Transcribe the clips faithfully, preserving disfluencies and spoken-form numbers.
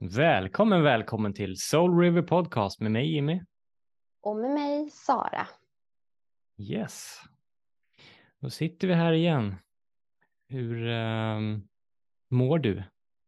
Välkommen, välkommen till Soul River Podcast med mig Jimmy. Och med mig Sara. Yes. Då sitter vi här igen. Hur um, mår du?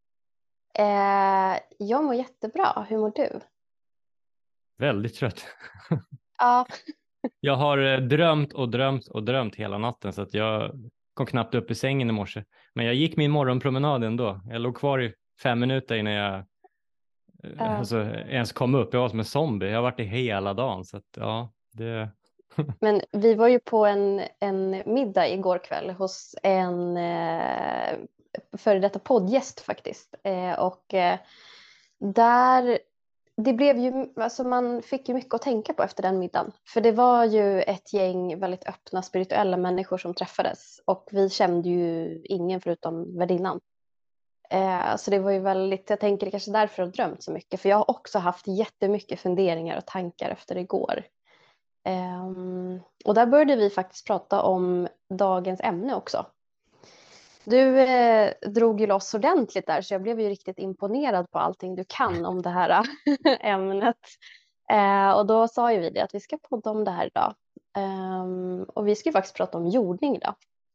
Eh, jag mår jättebra. Hur mår du? Väldigt trött. Ja. Jag har eh, drömt och drömt och drömt hela natten så att jag kom knappt upp i sängen i morse. Men jag gick min morgonpromenad ändå. Jag låg kvar i fem minuter innan jag Uh, alltså, ens kom upp. Jag var som en zombie. Jag har varit det hela dagen. Så att, ja, det... men vi var ju på en, en middag igår kväll hos en eh, före detta poddgäst faktiskt. Eh, och eh, där, det blev ju, alltså man fick ju mycket att tänka på efter den middagen. För det var ju ett gäng väldigt öppna spirituella människor som träffades. Och vi kände ju ingen förutom värdinnan. Eh, så det var ju väldigt, jag tänker det kanske därför jag har drömt så mycket. För jag har också haft jättemycket funderingar och tankar efter igår. Eh, och där började vi faktiskt prata om dagens ämne också. Du eh, drog ju loss ordentligt där så jag blev ju riktigt imponerad på allting du kan om det här ämnet. Eh, och då sa ju vi det att vi ska podda om det här idag. Eh, och vi ska ju faktiskt prata om jordning idag.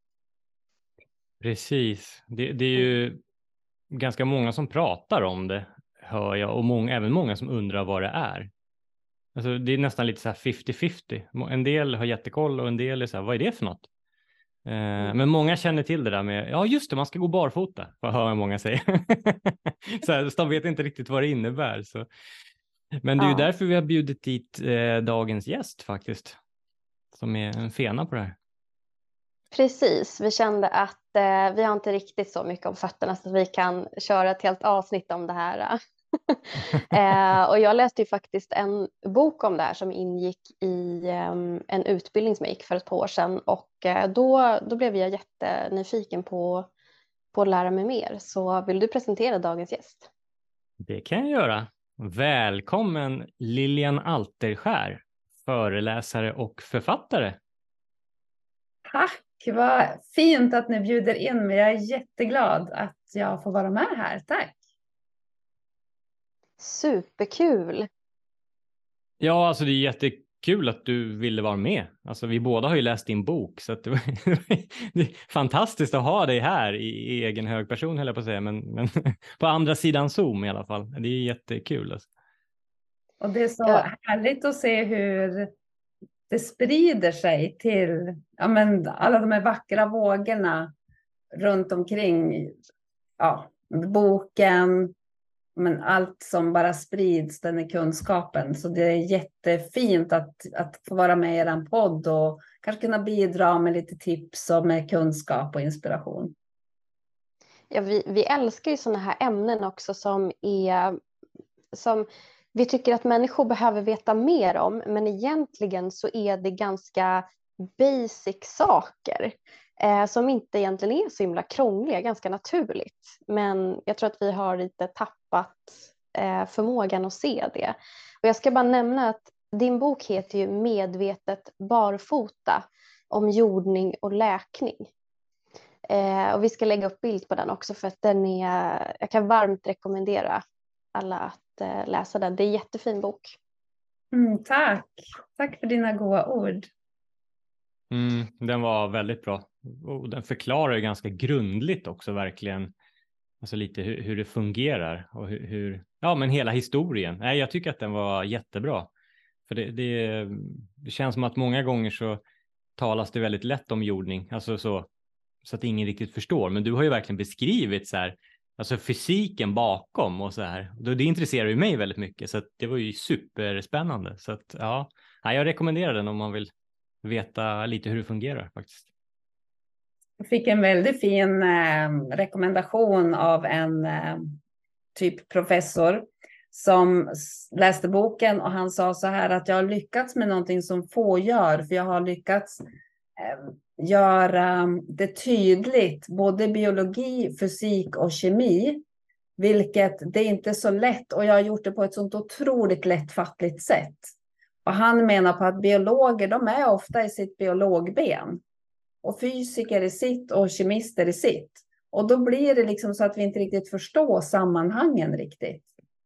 Precis. Det, det är ju ganska många som pratar om det, hör jag, och många, även många som undrar vad det är. Alltså, det är nästan lite så här fifty fifty. En del har jättekoll och en del är så här, vad är det för något? Eh, Mm. Men många känner till det där med, ja just det, man ska gå barfota, vad hör jag många säga. Så här, så de vet inte riktigt vad det innebär. Så. Men det är ju Ja. därför vi har bjudit dit eh, dagens gäst faktiskt, som är en fena på det här. Precis, vi kände att eh, vi har inte riktigt så mycket om fötterna så att vi kan köra ett helt avsnitt om det här. eh, och jag läste ju faktiskt en bok om det här som ingick i eh, en utbildning som jag gick för ett par år sedan och eh, då, då blev jag jättenyfiken på, på att lära mig mer. Så vill du presentera dagens gäst? Det kan jag göra. Välkommen Lilian Alterskär, föreläsare och författare. Tack, vad fint att ni bjuder in mig. Jag är jätteglad att jag får vara med här. Tack. Superkul! Ja, alltså det är jättekul att du ville vara med. Alltså vi båda har ju läst din bok så att det, var, det är fantastiskt att ha dig här i, i egen hög person, höll jag på att säga, men, men på andra sidan Zoom i alla fall. Det är jättekul. Alltså. Och det är så Ja. härligt att se hur det sprider sig till ja, men alla de här vackra vågorna runt omkring ja, boken. Men allt som bara sprids, den är kunskapen. Så det är jättefint att, att få vara med i er podd och kanske kunna bidra med lite tips och med kunskap och inspiration. Ja, vi, vi älskar ju sådana här ämnen också som är som vi tycker att människor behöver veta mer om, men egentligen så är det ganska basic saker eh, som inte egentligen är så himla krångliga, ganska naturligt. Men jag tror att vi har lite tappat eh, förmågan att se det. Och jag ska bara nämna att din bok heter ju Medvetet barfota om jordning och läkning. Eh, och vi ska lägga upp bild på den också för att den är, jag kan varmt rekommendera alla att eh, läsa den. Det är en jättefin bok. Mm, tack. Tack för dina goda ord. Mm, den var väldigt bra. Och den förklarar ju ganska grundligt också verkligen. Alltså lite hur, hur det fungerar och hur, hur, ja men hela historien. Nej, jag tycker att den var jättebra. För det, det, det känns som att många gånger så talas det väldigt lätt om jordning. Alltså så, så att ingen riktigt förstår. Men du har ju verkligen beskrivit så här, alltså fysiken bakom och så här. Det intresserar ju mig väldigt mycket. Så att det var ju superspännande. Så att ja, jag rekommenderar den om man vill veta lite hur det fungerar faktiskt. Jag fick en väldigt fin eh, rekommendation av en eh, typ professor som läste boken och han sa så här att jag har lyckats med någonting som få gör, för jag har lyckats eh, göra det tydligt, både biologi, fysik och kemi, vilket det är inte så lätt och jag har gjort det på ett sånt otroligt lättfattligt sätt. Och han menar på att biologer, de är ofta i sitt biologben. Och fysiker i sitt och kemister i sitt. Och då blir det liksom så att vi inte riktigt förstår sammanhangen riktigt.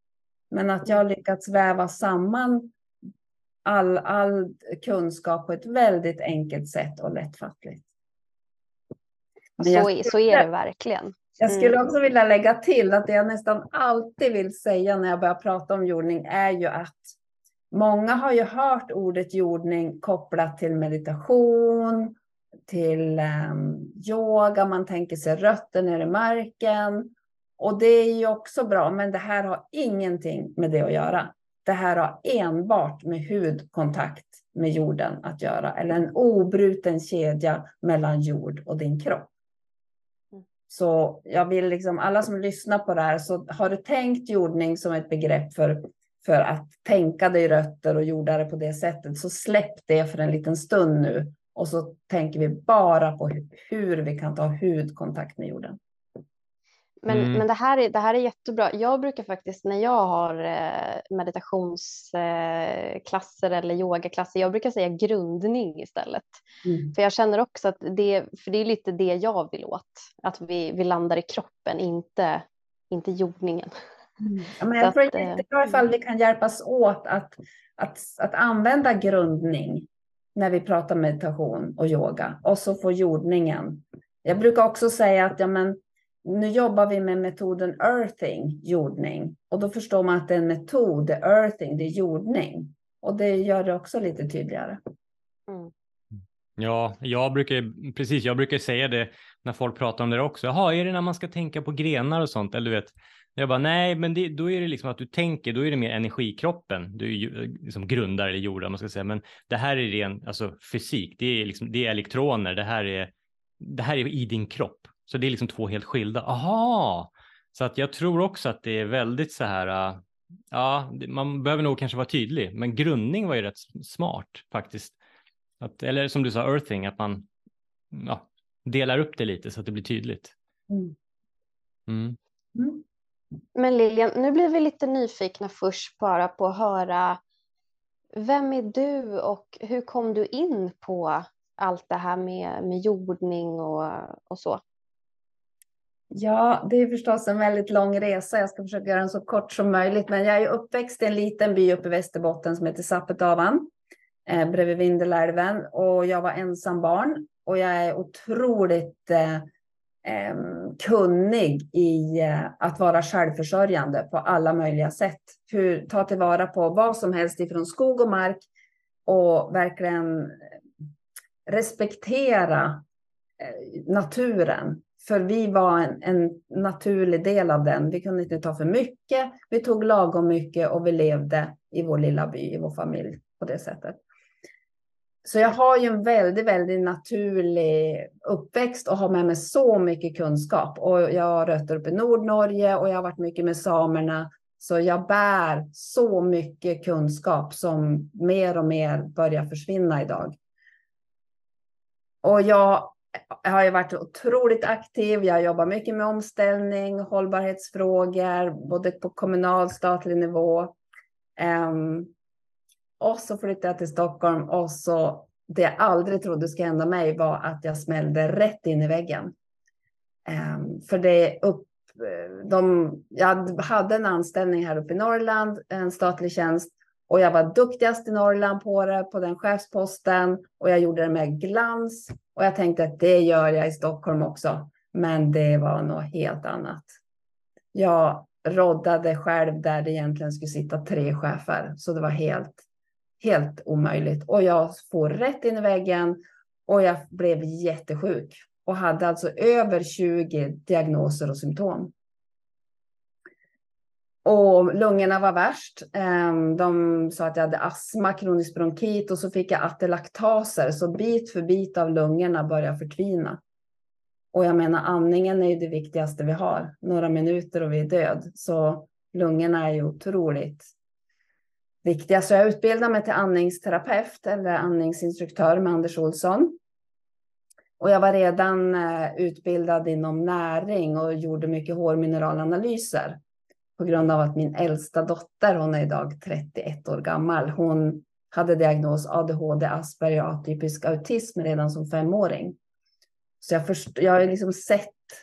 Men att jag har lyckats väva samman all, all kunskap på ett väldigt enkelt sätt och lättfattligt. Så, skulle, så är det verkligen. Jag skulle också vilja lägga till att det jag nästan alltid vill säga när jag börjar prata om jordning är ju att många har ju hört ordet jordning kopplat till meditation, till um, yoga, man tänker sig rötter ner i marken. Och det är ju också bra, men det här har ingenting med det att göra. Det här har enbart med hudkontakt med jorden att göra. Eller en obruten kedja mellan jord och din kropp. Så jag vill liksom, alla som lyssnar på det här, så har du tänkt jordning som ett begrepp för, för att tänka dig rötter och jordare på det sättet, så släpp det för en liten stund nu. Och så tänker vi bara på hur, hur vi kan ta hudkontakt med jorden. Men, mm. men det, här är, det här är jättebra. Jag brukar faktiskt när jag har meditationsklasser eller yogaklasser, jag brukar säga grundning istället. Mm. För jag känner också att det, för det är lite det jag vill åt. Att vi, vi landar i kroppen, inte, inte jordningen. Mm. Ja, men jag tror att det är jättebra ifall vi kan hjälpas åt att, att, att använda grundning när vi pratar meditation och yoga. Och så får jordningen. Jag brukar också säga att ja, men, nu jobbar vi med metoden earthing, jordning. Och då förstår man att det är en metod, det är earthing, det är jordning. Och det gör det också lite tydligare. Mm. Ja, jag brukar, precis, jag brukar säga det när folk pratar om det också. Jaha, är det när man ska tänka på grenar och sånt? Eller du vet, jag bara, nej, men det, då är det liksom att du tänker, då är det mer energikroppen. Du är ju liksom grundar eller jordar, man ska säga. Men det här är ren, alltså fysik, det är liksom, det är elektroner, det här är, det här är i din kropp. Så det är liksom två helt skilda. Aha! Så att jag tror också att det är väldigt så här, uh, ja, man behöver nog kanske vara tydlig. Men grundning var ju rätt smart faktiskt. Att, eller som du sa, earthing, att man ja, delar upp det lite så att det blir tydligt. Mm. Mm. Mm. Men Lilian, nu blir vi lite nyfikna först bara på att höra, vem är du och hur kom du in på allt det här med, med jordning och, och så? Ja, det är förstås en väldigt lång resa. Jag ska försöka göra den så kort som möjligt. Men jag är uppväxt i en liten by uppe i Västerbotten som heter Sapetavan, eh, bredvid Vindelälven. Och jag var ensam barn. Och jag är otroligt eh, eh, kunnig i eh, att vara självförsörjande på alla möjliga sätt. Hur ta tillvara på vad som helst ifrån skog och mark. Och verkligen respektera eh, naturen. För vi var en, en naturlig del av den. Vi kunde inte ta för mycket. Vi tog lagom mycket och vi levde i vår lilla by, i vår familj på det sättet. Så jag har ju en väldigt, väldigt naturlig uppväxt och har med mig så mycket kunskap. Och jag har rötter upp i Nordnorge och jag har varit mycket med samerna. Så jag bär så mycket kunskap som mer och mer börjar försvinna idag. Och jag... Jag har ju varit otroligt aktiv. Jag jobbar mycket med omställning, hållbarhetsfrågor, både på kommunal, statlig nivå. Um, och så flyttade jag till Stockholm och så det jag aldrig trodde skulle hända mig var att jag smällde rätt in i väggen. Um, för det upp, de, jag hade en anställning här uppe i Norrland, en statlig tjänst. Och jag var duktigast i Norrland på det, på den chefsposten. Och jag gjorde det med glans. Och jag tänkte att det gör jag i Stockholm också. Men det var något helt annat. Jag roddade själv där det egentligen skulle sitta tre chefer. Så det var helt, helt omöjligt. Och jag får rätt in i väggen. Och jag blev jättesjuk. Och hade alltså över tjugo diagnoser och symptom. Och lungorna var värst. De sa att jag hade astma, kronisk bronkit och så fick jag atelaktaser. Så bit för bit av lungorna började förtvina. Och jag menar, andningen är ju det viktigaste vi har. Några minuter och vi är död. Så lungorna är ju otroligt viktiga. Så jag utbildade mig till andningsterapeut eller andningsinstruktör med Anders Olsson. Och jag var redan utbildad inom näring och gjorde mycket hårmineralanalyser. På grund av att min äldsta dotter, hon är idag trettioett år gammal. Hon hade diagnos A D H D, Asperger och atypisk autism redan som femåring. Så jag, först, jag har liksom sett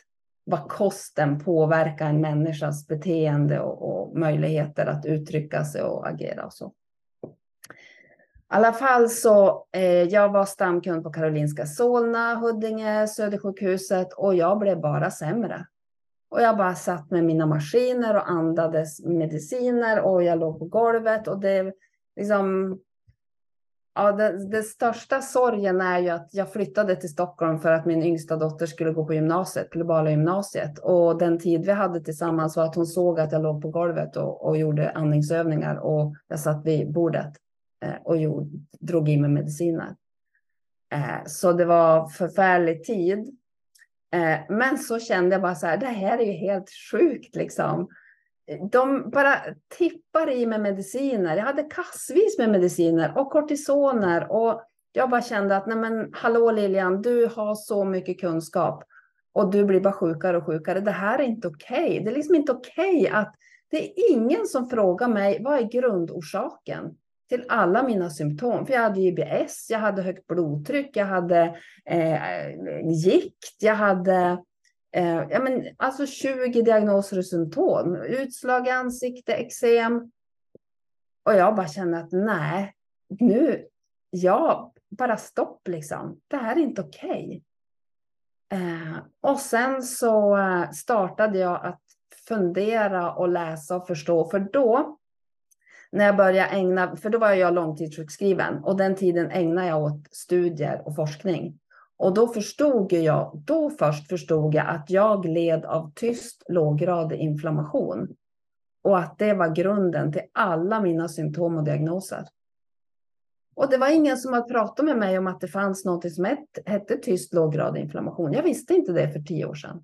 vad kosten påverkar en människas beteende och, och möjligheter att uttrycka sig och agera och så. I alla fall så, eh, jag var stamkund på Karolinska Solna, Huddinge, Södersjukhuset och jag blev bara sämre. Och jag bara satt med mina maskiner och andades mediciner och jag låg på golvet och det liksom, ja, det, det största sorgen är ju att jag flyttade till Stockholm för att min yngsta dotter skulle gå på gymnasiet, globala gymnasiet. Och den tid vi hade tillsammans var att hon såg att jag låg på golvet och, och gjorde andningsövningar och jag satt vid bordet och gjorde, drog in med mediciner. Så det var förfärlig tid. Men så kände jag bara så här, det här är ju helt sjukt liksom. De bara tippar i med mediciner. Jag hade kassvis med mediciner och kortisoner. Och jag bara kände att, nej men hallå Lilian, du har så mycket kunskap. Och du blir bara sjukare och sjukare. Det här är inte okej. Okay. Det är liksom inte okej okay att det är ingen som frågar mig, vad är grundorsaken till alla mina symptom? För jag hade I B S, jag hade högt blodtryck, jag hade eh, gikt, jag hade... Eh, ja, men, alltså tjugo diagnoser och symptom. Utslag i ansikte, eksem. Och jag bara känner att nej, nu, ja, bara stopp liksom. Det här är inte okej. Eh, och sen så startade jag att fundera och läsa och förstå. För då, när jag började ägna, för då var jag långtidssjukskriven. Och den tiden ägnade jag åt studier och forskning. Och då förstod jag, då först förstod jag att jag led av tyst låggradig inflammation. Och att det var grunden till alla mina symptom och diagnoser. Och det var ingen som hade pratat med mig om att det fanns något som hette, hette tyst låggradig inflammation. Jag visste inte det för tio år sedan.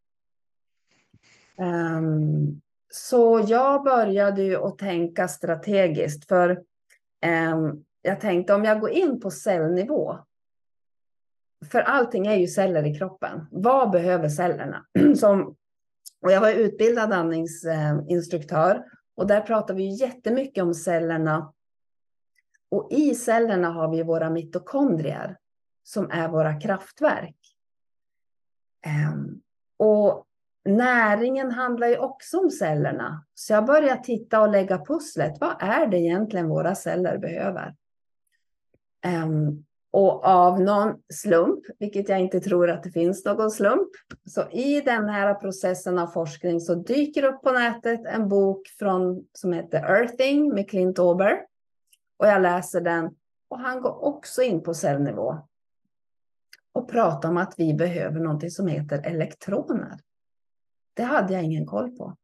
Um, så jag började ju att tänka strategiskt. För um, jag tänkte om jag går in på cellnivå. För allting är ju celler i kroppen. Vad behöver cellerna? Som, och jag var utbildad andningsinstruktör. Och där pratar vi ju jättemycket om cellerna. Och i cellerna har vi våra mitokondrier. Som är våra kraftverk. Um, och näringen handlar ju också om cellerna. Så jag började titta och lägga pusslet. Vad är det egentligen våra celler behöver? Um, Och av någon slump, vilket jag inte tror att det finns någon slump. Så i den här processen av forskning så dyker upp på nätet en bok från, som heter Earthing med Clint Ober. Och jag läser den. Och han går också in på cellnivå. Och pratar om att vi behöver något som heter elektroner. Det hade jag ingen koll på.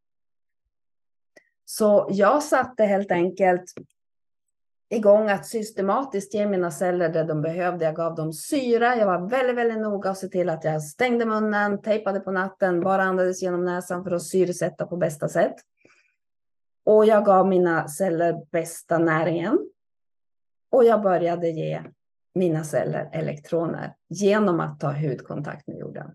Så jag satte helt enkelt igång att systematiskt ge mina celler det de behövde. Jag gav dem syra. Jag var väldigt, väldigt noga och se till att jag stängde munnen, tejpade på natten, bara andades genom näsan för att syresätta på bästa sätt. Och jag gav mina celler bästa näringen. Och jag började ge mina celler elektroner genom att ta hudkontakt med jorden.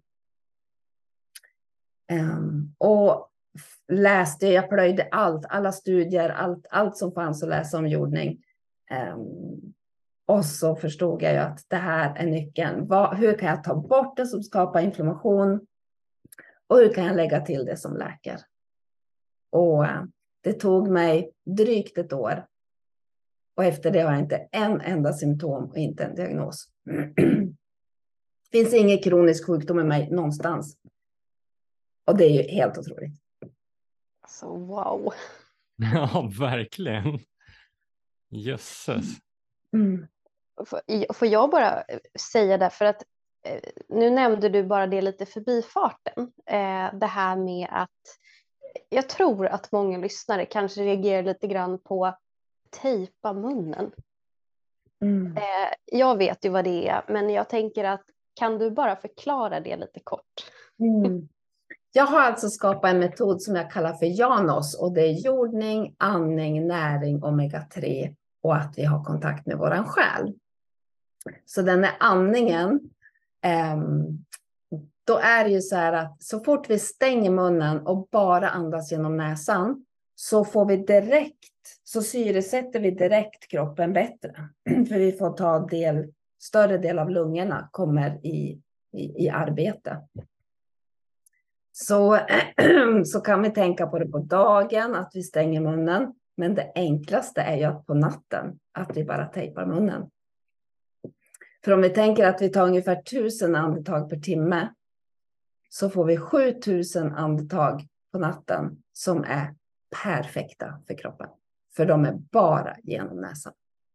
Um, och läste, jag plöjde allt, alla studier, allt, allt som fanns att läsa om jordning. Um, och så förstod jag ju att det här är nyckeln. Vad, hur kan jag ta bort det som skapar inflammation? Och hur kan jag lägga till det som läker? Och uh, det tog mig drygt ett år. Och efter det har jag inte en enda symptom och inte en diagnos. Det finns ingen kronisk sjukdom i mig någonstans. Och det är ju helt otroligt. Alltså wow. Ja, verkligen. Jösses. Mm. Får jag bara säga det, för att nu nämnde du bara det lite förbifarten. Det här med att jag tror att många lyssnare kanske reagerar lite grann på tejpa munnen. Mm. Jag vet ju vad det är, men jag tänker att kan du bara förklara det lite kort? Mm. Jag har alltså skapat en metod som jag kallar för Janos, och det är jordning, andning, näring, omega tre och att vi har kontakt med våran själ. Så den är andningen, eh, då är det ju så här att så fort vi stänger munnen och bara andas genom näsan så får vi direkt, så syresätter vi direkt kroppen bättre. För vi får ta del, större del av lungorna kommer i, i, i arbete. så, så kan vi tänka på det på dagen, att vi stänger munnen. Men det enklaste är ju att på natten, att vi bara tejpar munnen. För om vi tänker att vi tar ungefär tusen andetag per timme, så får vi sjutusen andetag på natten som är perfekta för kroppen. För de är bara genom näsan.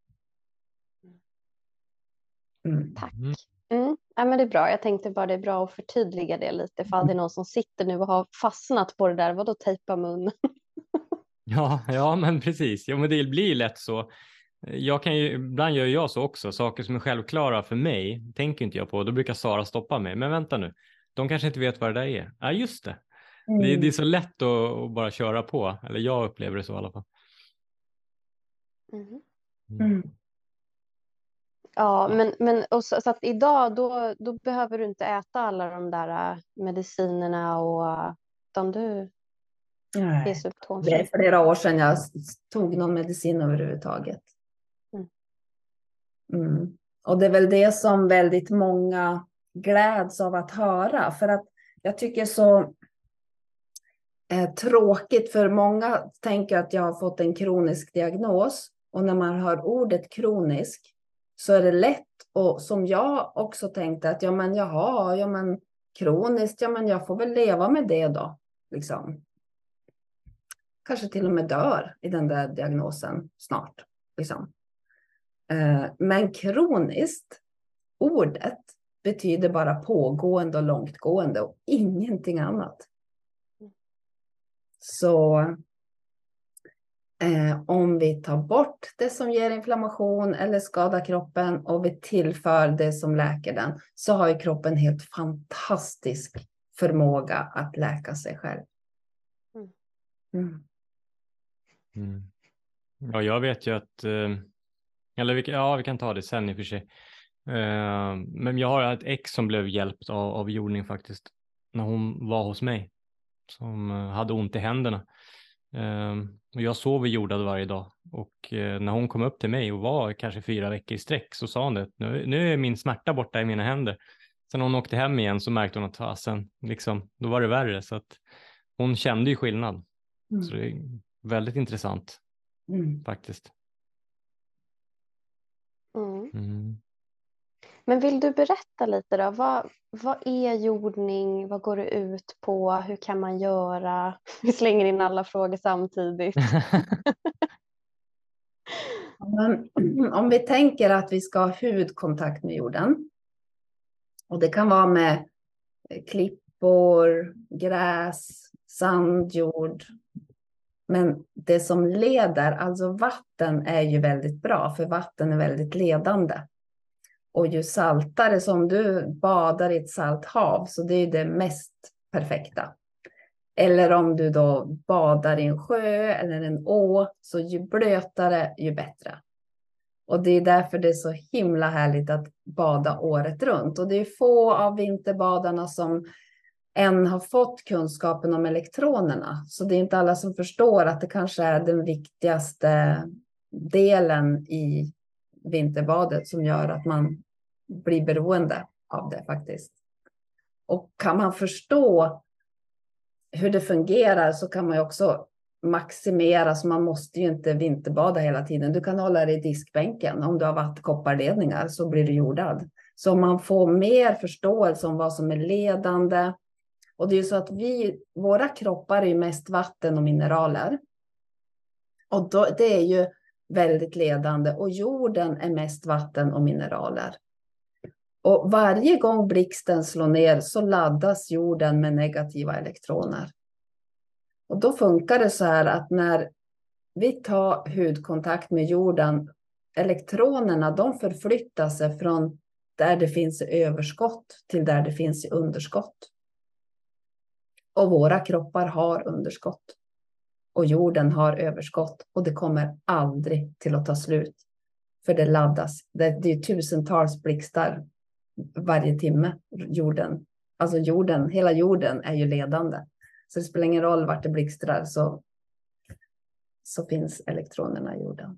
Mm. Tack. Mm. Ja, men det är bra. Jag tänkte bara det är bra att förtydliga det lite. För det är någon som sitter nu och har fastnat på det där. Vadå tejpa mun? Ja, ja, men precis. Ja, men det blir lätt så. Jag kan ju, ibland gör jag så också. Saker som är självklara för mig tänker inte jag på. Då brukar Sara stoppa mig. Men vänta nu. De kanske inte vet vad det där är. Ja, just det. Mm. Det, det är så lätt att, att bara köra på. Eller jag upplever det så i alla fall. Mm. Mm. Ja, men, men och så, så att idag då, då behöver du inte äta alla de där medicinerna och utan du Nej, är symptomfri. Det är flera år sedan jag tog någon medicin överhuvudtaget. Mm. Mm. Och det är väl det som väldigt många gläds av att höra. För att jag tycker så eh, tråkigt, för många tänker att jag har fått en kronisk diagnos. Och när man hör ordet kronisk så är det lätt, och som jag också tänkte att ja men jaha, ja men kroniskt, ja men jag får väl leva med det då. Liksom. Kanske till och med dör i den där diagnosen snart. Liksom. Eh, men kroniskt, ordet betyder bara pågående och långtgående och ingenting annat. Så eh, om vi tar bort det som ger inflammation eller skadar kroppen och vi tillför det som läker den, så har ju kroppen helt fantastisk förmåga att läka sig själv. Mm. Mm. Ja, jag vet ju att, eller vi, ja, vi kan ta det sen i och för sig. Men jag har ett ex som blev hjälpt av, av jordning faktiskt, när hon var hos mig, som hade ont i händerna. Och jag sov i jordad varje dag, och när hon kom upp till mig och var kanske fyra veckor i sträck, så sa hon det, nu, nu är min smärta borta i mina händer. Sen när hon åkte hem igen så märkte hon att fasen, liksom, då var det värre, så att hon kände ju skillnad. Mm. Så det är väldigt intressant mm. faktiskt. Mm. Mm. Men vill du berätta lite då? Vad, vad är jordning? Vad går det ut på? Hur kan man göra? Vi slänger in alla frågor samtidigt. om, om vi tänker att vi ska ha hudkontakt med jorden. Och det kan vara med klippor, gräs, sandjord. Men det som leder, alltså vatten, är ju väldigt bra, för vatten är väldigt ledande. Och ju saltare, som du badar i ett salt hav, så det är det mest perfekta. Eller om du då badar i en sjö eller en å, så ju blötare ju bättre. Och det är därför det är så himla härligt att bada året runt. Och det är få av vinterbadarna som än har fått kunskapen om elektronerna. Så det är inte alla som förstår att det kanske är den viktigaste delen i vinterbadet som gör att man blir beroende av det faktiskt. Och kan man förstå hur det fungerar, så kan man ju också maximera, så man måste ju inte vinterbada hela tiden. Du kan hålla dig i diskbänken. Om du har vattenkopparledningar så blir du jordad. Så man får mer förståelse om vad som är ledande. Och det är ju så att vi, våra kroppar är ju mest vatten och mineraler. Och då, det är ju väldigt ledande. Och jorden är mest vatten och mineraler. Och varje gång blixten slår ner så laddas jorden med negativa elektroner. Och då funkar det så här att när vi tar hudkontakt med jorden, elektronerna, de förflyttar sig från där det finns överskott till där det finns underskott. Och våra kroppar har underskott. Och jorden har överskott. Och det kommer aldrig till att ta slut. För det laddas. Det, det är tusentals blixtar varje timme. Jorden. Alltså jorden, hela jorden är ju ledande. Så det spelar ingen roll vart det blixtrar, så, så finns elektronerna i jorden.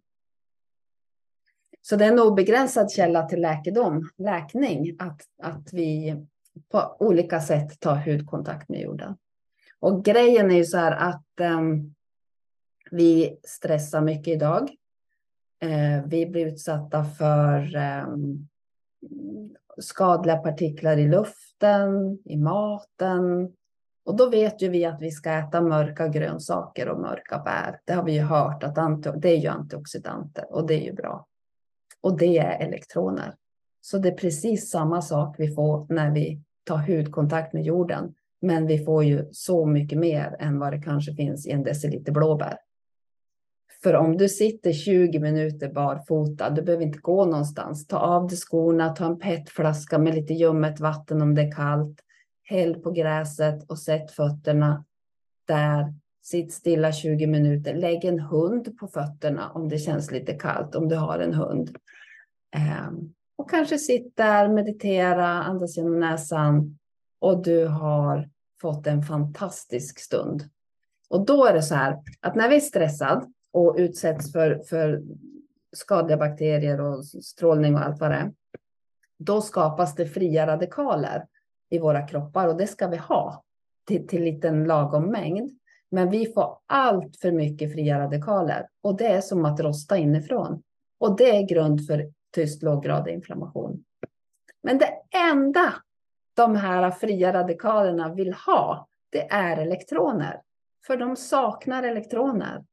Så det är en obegränsad källa till läkedom, läkning, att, att vi på olika sätt tar hudkontakt med jorden. Och grejen är ju så här att um, vi stressar mycket idag. Uh, vi blir utsatta för um, skadliga partiklar i luften, i maten. Och då vet ju vi att vi ska äta mörka grönsaker och mörka bär. Det har vi ju hört att anti- det är ju antioxidanter och det är ju bra. Och det är elektroner. Så det är precis samma sak vi får när vi tar hudkontakt med jorden. Men vi får ju så mycket mer än vad det kanske finns i en deciliter blåbär. För om du sitter tjugo minuter barfota, du behöver inte gå någonstans. Ta av dig skorna, ta en petflaska med lite ljummet vatten om det är kallt. Häll på gräset och sätt fötterna där. Sitt stilla tjugo minuter. Lägg en hund på fötterna om det känns lite kallt, om du har en hund. Um, och kanske sitt där, meditera, andas genom näsan. Och du har fått en fantastisk stund. Och då är det så här att när vi är stressade och utsätts för, för skadliga bakterier och strålning och allt vad det är. Då skapas det fria radikaler i våra kroppar och det ska vi ha till, till liten lagom mängd. Men vi får allt för mycket fria radikaler och det är som att rosta inifrån. Och det är grund för tyst låggradig inflammation. Men det enda de här fria radikalerna vill ha, det är elektroner. För de saknar elektroner.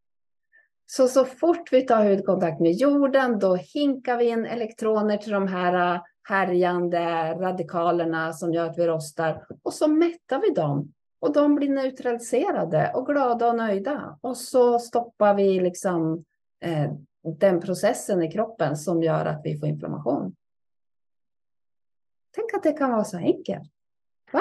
Så så fort vi tar hudkontakt med jorden, då hinkar vi in elektroner till de här härjande radikalerna som gör att vi rostar. Och så mättar vi dem. Och de blir neutraliserade och glada och nöjda. Och så stoppar vi liksom eh, den processen i kroppen som gör att vi får inflammation. Tänk att det kan vara så enkelt. Va?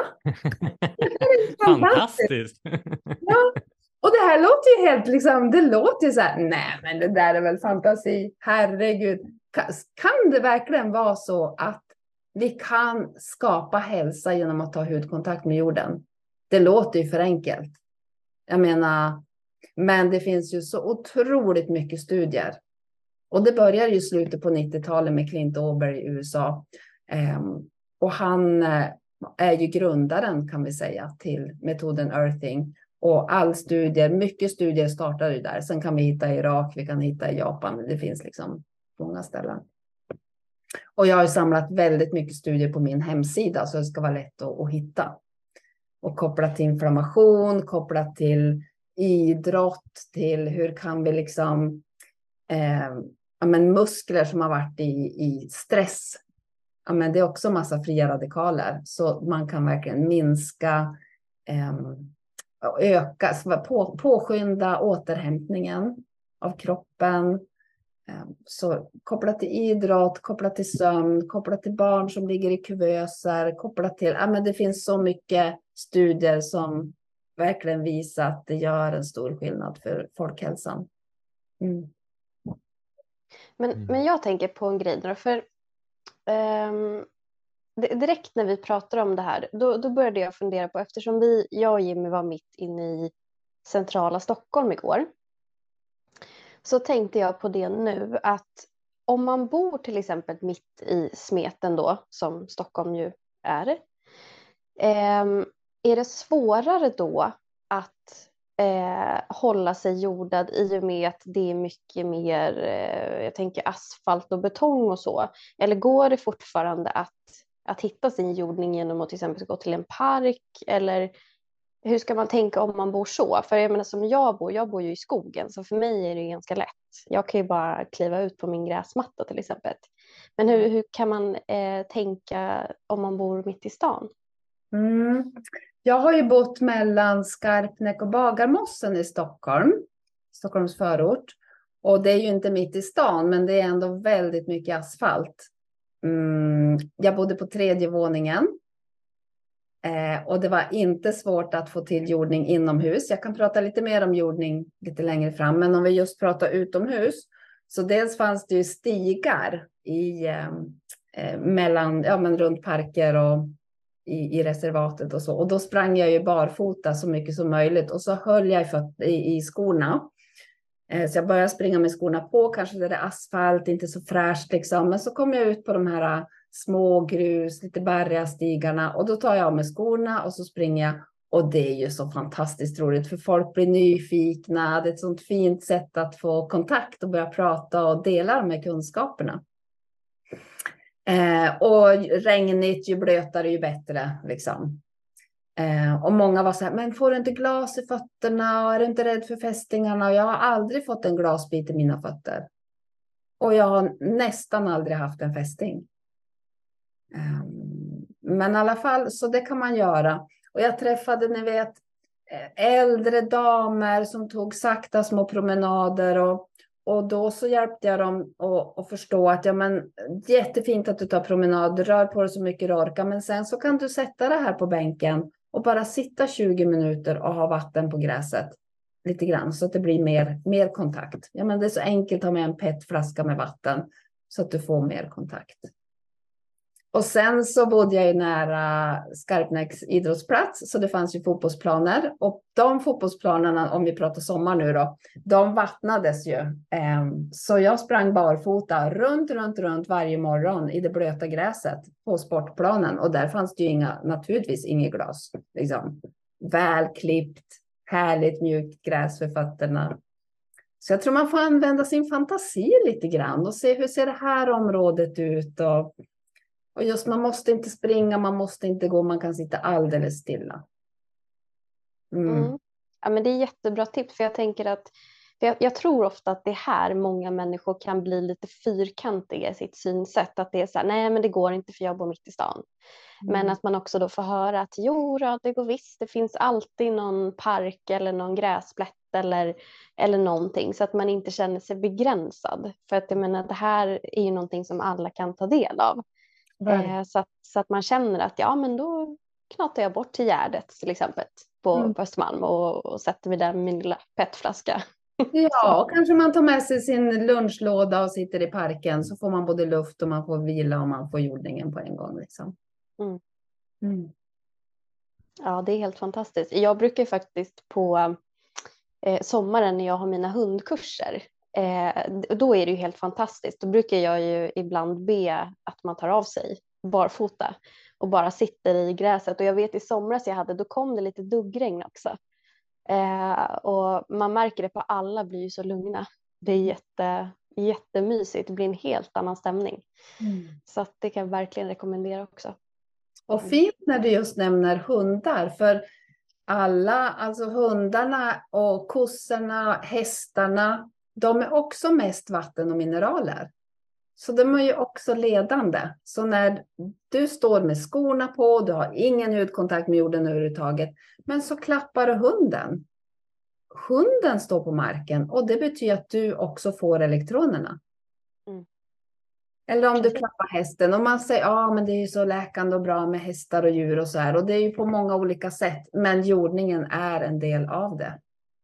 Det fantastiskt. Ja. Och det här låter ju helt liksom, det låter ju så här, nej men det där är väl fantasi, herregud. Kan, kan det verkligen vara så att vi kan skapa hälsa genom att ta hudkontakt med jorden? Det låter ju för enkelt. Jag menar, men det finns ju så otroligt mycket studier. Och det börjar ju slutet på nittiotalet med Clint Ober i U S A. Um, och han uh, är ju grundaren kan vi säga till metoden Earthing. Och all studier, mycket studier startar ju där. Sen kan vi hitta i Irak, vi kan hitta i Japan. Det finns liksom många ställen. Och jag har ju samlat väldigt mycket studier på min hemsida. Så det ska vara lätt att, att hitta. Och kopplat till inflammation, kopplat till idrott. Till hur kan vi liksom... Eh, ja, men muskler som har varit i, i stress. Ja, men det är också massa fria radikaler. Så man kan verkligen minska... Eh, öka, på, påskynda återhämtningen av kroppen. Så kopplat till idrott, kopplat till sömn, kopplat till barn som ligger i kuvöser, kopplat till, ja men det finns så mycket studier som verkligen visar att det gör en stor skillnad för folkhälsan. Mm. Men, Mm. men jag tänker på en grej då, för um... direkt när vi pratar om det här, då, då började jag fundera på, eftersom vi, jag och Jimmy var mitt inne i centrala Stockholm igår, så tänkte jag på det nu, att om man bor till exempel mitt i smeten då, som Stockholm ju är, eh, är det svårare då att eh, hålla sig jordad i och med att det är mycket mer, eh, jag tänker asfalt och betong och så, eller går det fortfarande att att hitta sin jordning genom att till exempel gå till en park, eller hur ska man tänka om man bor så? För jag menar som jag bor, jag bor ju i skogen, så för mig är det ganska lätt. Jag kan ju bara kliva ut på min gräsmatta till exempel. Men hur, hur kan man eh, tänka om man bor mitt i stan? Mm. Jag har ju bott mellan Skarpnäck och Bagarmossen i Stockholm, Stockholms förort. Och det är ju inte mitt i stan, men det är ändå väldigt mycket asfalt. Mm, jag bodde på tredje våningen eh, och det var inte svårt att få till jordning inomhus. Jag kan prata lite mer om jordning lite längre fram, men om vi just pratar utomhus, så dels fanns det ju stigar i, eh, mellan, ja, men runt parker och i, i reservatet och så. Och då sprang jag ju barfota så mycket som möjligt och så höll jag i, i, i skorna. Så jag började springa med skorna på, kanske där det är asfalt, inte så fräscht liksom. Men så kom jag ut på de här små grus, lite barriga stigarna. Och då tar jag av mig skorna och så springer jag. Och det är ju så fantastiskt roligt för folk blir nyfikna. Det är ett sånt fint sätt att få kontakt och börja prata och dela de här kunskaperna. Eh, och regnigt, ju blötare ju bättre liksom. Eh, och många var så här, men får du inte glas i fötterna och är du inte rädd för fästingarna? Och jag har aldrig fått en glasbit i mina fötter. Och jag har nästan aldrig haft en fästing. Eh, men i alla fall, så det kan man göra. Och jag träffade, ni vet, äldre damer som tog sakta små promenader och Och då så hjälpte jag dem att, att förstå att ja, men, jättefint att du tar promenad, rör på dig så mycket du orkar. Men sen så kan du sätta det här på bänken och bara sitta tjugo minuter och ha vatten på gräset. Lite grann så att det blir mer, mer kontakt. Ja, men det är så enkelt att ha med en petflaska med vatten så att du får mer kontakt. Och sen så bodde jag ju nära Skarpnäcks idrottsplats, så det fanns ju fotbollsplaner. Och de fotbollsplanerna, om vi pratar sommar nu då, de vattnades ju. Så jag sprang barfota runt, runt, runt varje morgon i det blöta gräset på sportplanen. Och där fanns det ju inga, naturligtvis inget glas. Liksom. Välklippt, härligt mjukt gräs för fötterna. Så jag tror man får använda sin fantasi lite grann och se hur ser det här området ut och Och just man måste inte springa, man måste inte gå, man kan sitta alldeles stilla. Mm. Mm. Ja, men det är jättebra tips, för jag tänker att för jag, jag tror ofta att det är här många människor kan bli lite fyrkantiga i sitt synsätt. Att det är så här, nej men det går inte för jag bor mitt i stan. Mm. Men att man också då får höra att jo då, det går visst, det finns alltid någon park eller någon gräsplätt eller, eller någonting. Så att man inte känner sig begränsad. För att jag menar, det här är ju någonting som alla kan ta del av. Eh, så, att, så att man känner att ja, men då knatar jag bort till Gärdet till exempel på, mm. på Östermalm och, och sätter mig där med min lilla petflaska. Ja, och kanske man tar med sig sin lunchlåda och sitter i parken, så får man både luft och man får vila och man får jordningen på en gång. Liksom. Mm. Mm. Ja, det är helt fantastiskt. Jag brukar faktiskt på eh, sommaren när jag har mina hundkurser, Eh, då är det ju helt fantastiskt. Då brukar jag ju ibland be att man tar av sig barfota och bara sitter i gräset. Och jag vet i somras jag hade, då kom det lite duggregn också. Eh, och man märker det på alla, blir ju så lugna. Det är jätte, jättemysigt. Det blir en helt annan stämning. Mm. Så att det kan jag verkligen rekommendera också. Och fint när du just nämner hundar, för alla, alltså hundarna och kossorna, hästarna, de är också mest vatten och mineraler. Så de är ju också ledande. Så när du står med skorna på, du har ingen hudkontakt med jorden överhuvudtaget, men så klappar du hunden. Hunden står på marken och det betyder att du också får elektronerna. Mm. Eller om du klappar hästen och man säger, ja men det är ju så läkande och bra med hästar och djur och så här. Och det är ju på många olika sätt, men jordningen är en del av det.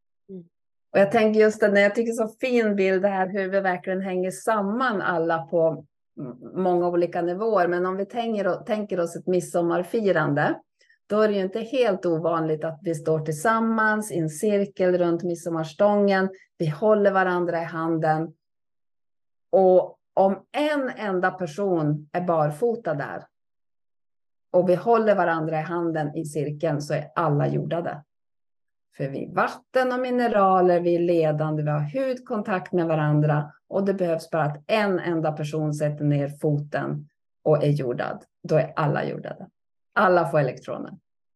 Och jag tänker just det, när jag tycker så fin bild det här hur vi verkligen hänger samman alla på många olika nivåer. Men om vi tänker, tänker oss ett midsommarfirande, då är det ju inte helt ovanligt att vi står tillsammans i en cirkel runt midsommarstången. Vi håller varandra i handen. Och om en enda person är barfota där och vi håller varandra i handen i cirkeln, så är alla jordade. För vi är vatten och mineraler, vi är ledande, vi har hudkontakt med varandra. Och det behövs bara att en enda person sätter ner foten och är jordad. Då är alla jordade. Alla får elektroner.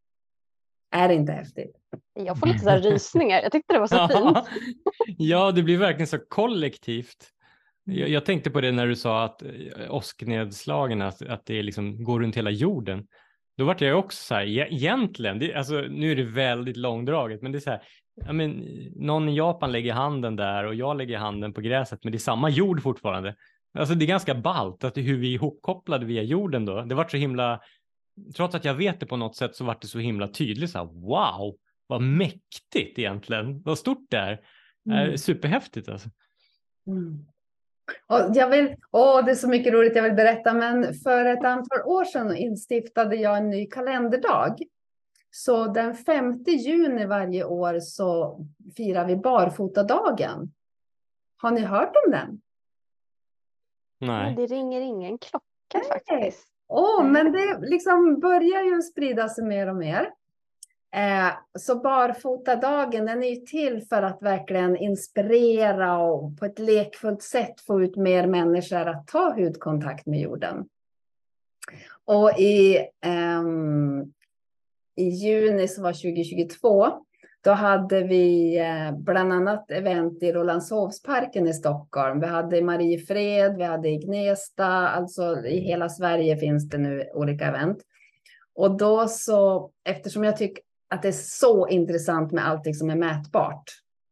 Är det inte häftigt? Jag får lite så här rysningar. Jag tyckte det var så fint. Ja, det blir verkligen så kollektivt. Jag, jag tänkte på det när du sa att åsknedslagen, att, att det liksom går runt hela jorden. Då var jag också så här, egentligen, det, alltså, nu är det väldigt långdraget, men det är så här, jag men, någon i Japan lägger handen där och jag lägger handen på gräset, men det är samma jord fortfarande. Alltså det är ganska ballt att det, hur vi är ihopkopplade via jorden då. Det var så himla, trots att jag vet det på något sätt, så var det så himla tydligt så här, wow, vad mäktigt egentligen, vad stort det är. Mm. Superhäftigt alltså. Mm. Och jag vill, åh, det är så mycket roligt jag vill berätta, men för ett antal år sedan instiftade jag en ny kalenderdag. Så den femte juni varje år så firar vi barfotadagen. Har ni hört om den? Nej. Det ringer ingen klocka faktiskt. Åh, men det liksom börjar ju sprida sig mer och mer. Eh, så barfotadagen, den är ju till för att verkligen inspirera och på ett lekfullt sätt få ut mer människor att ta hudkontakt med jorden. Och i, um, i juni som var tjugohundratjugotvå, då hade vi eh, bland annat event i Rålambshovsparken i Stockholm. Vi hade i Mariefred, vi hade i Gnesta, alltså i hela Sverige finns det nu olika event. Och då så, eftersom jag tycker att det är så intressant med allting som är mätbart.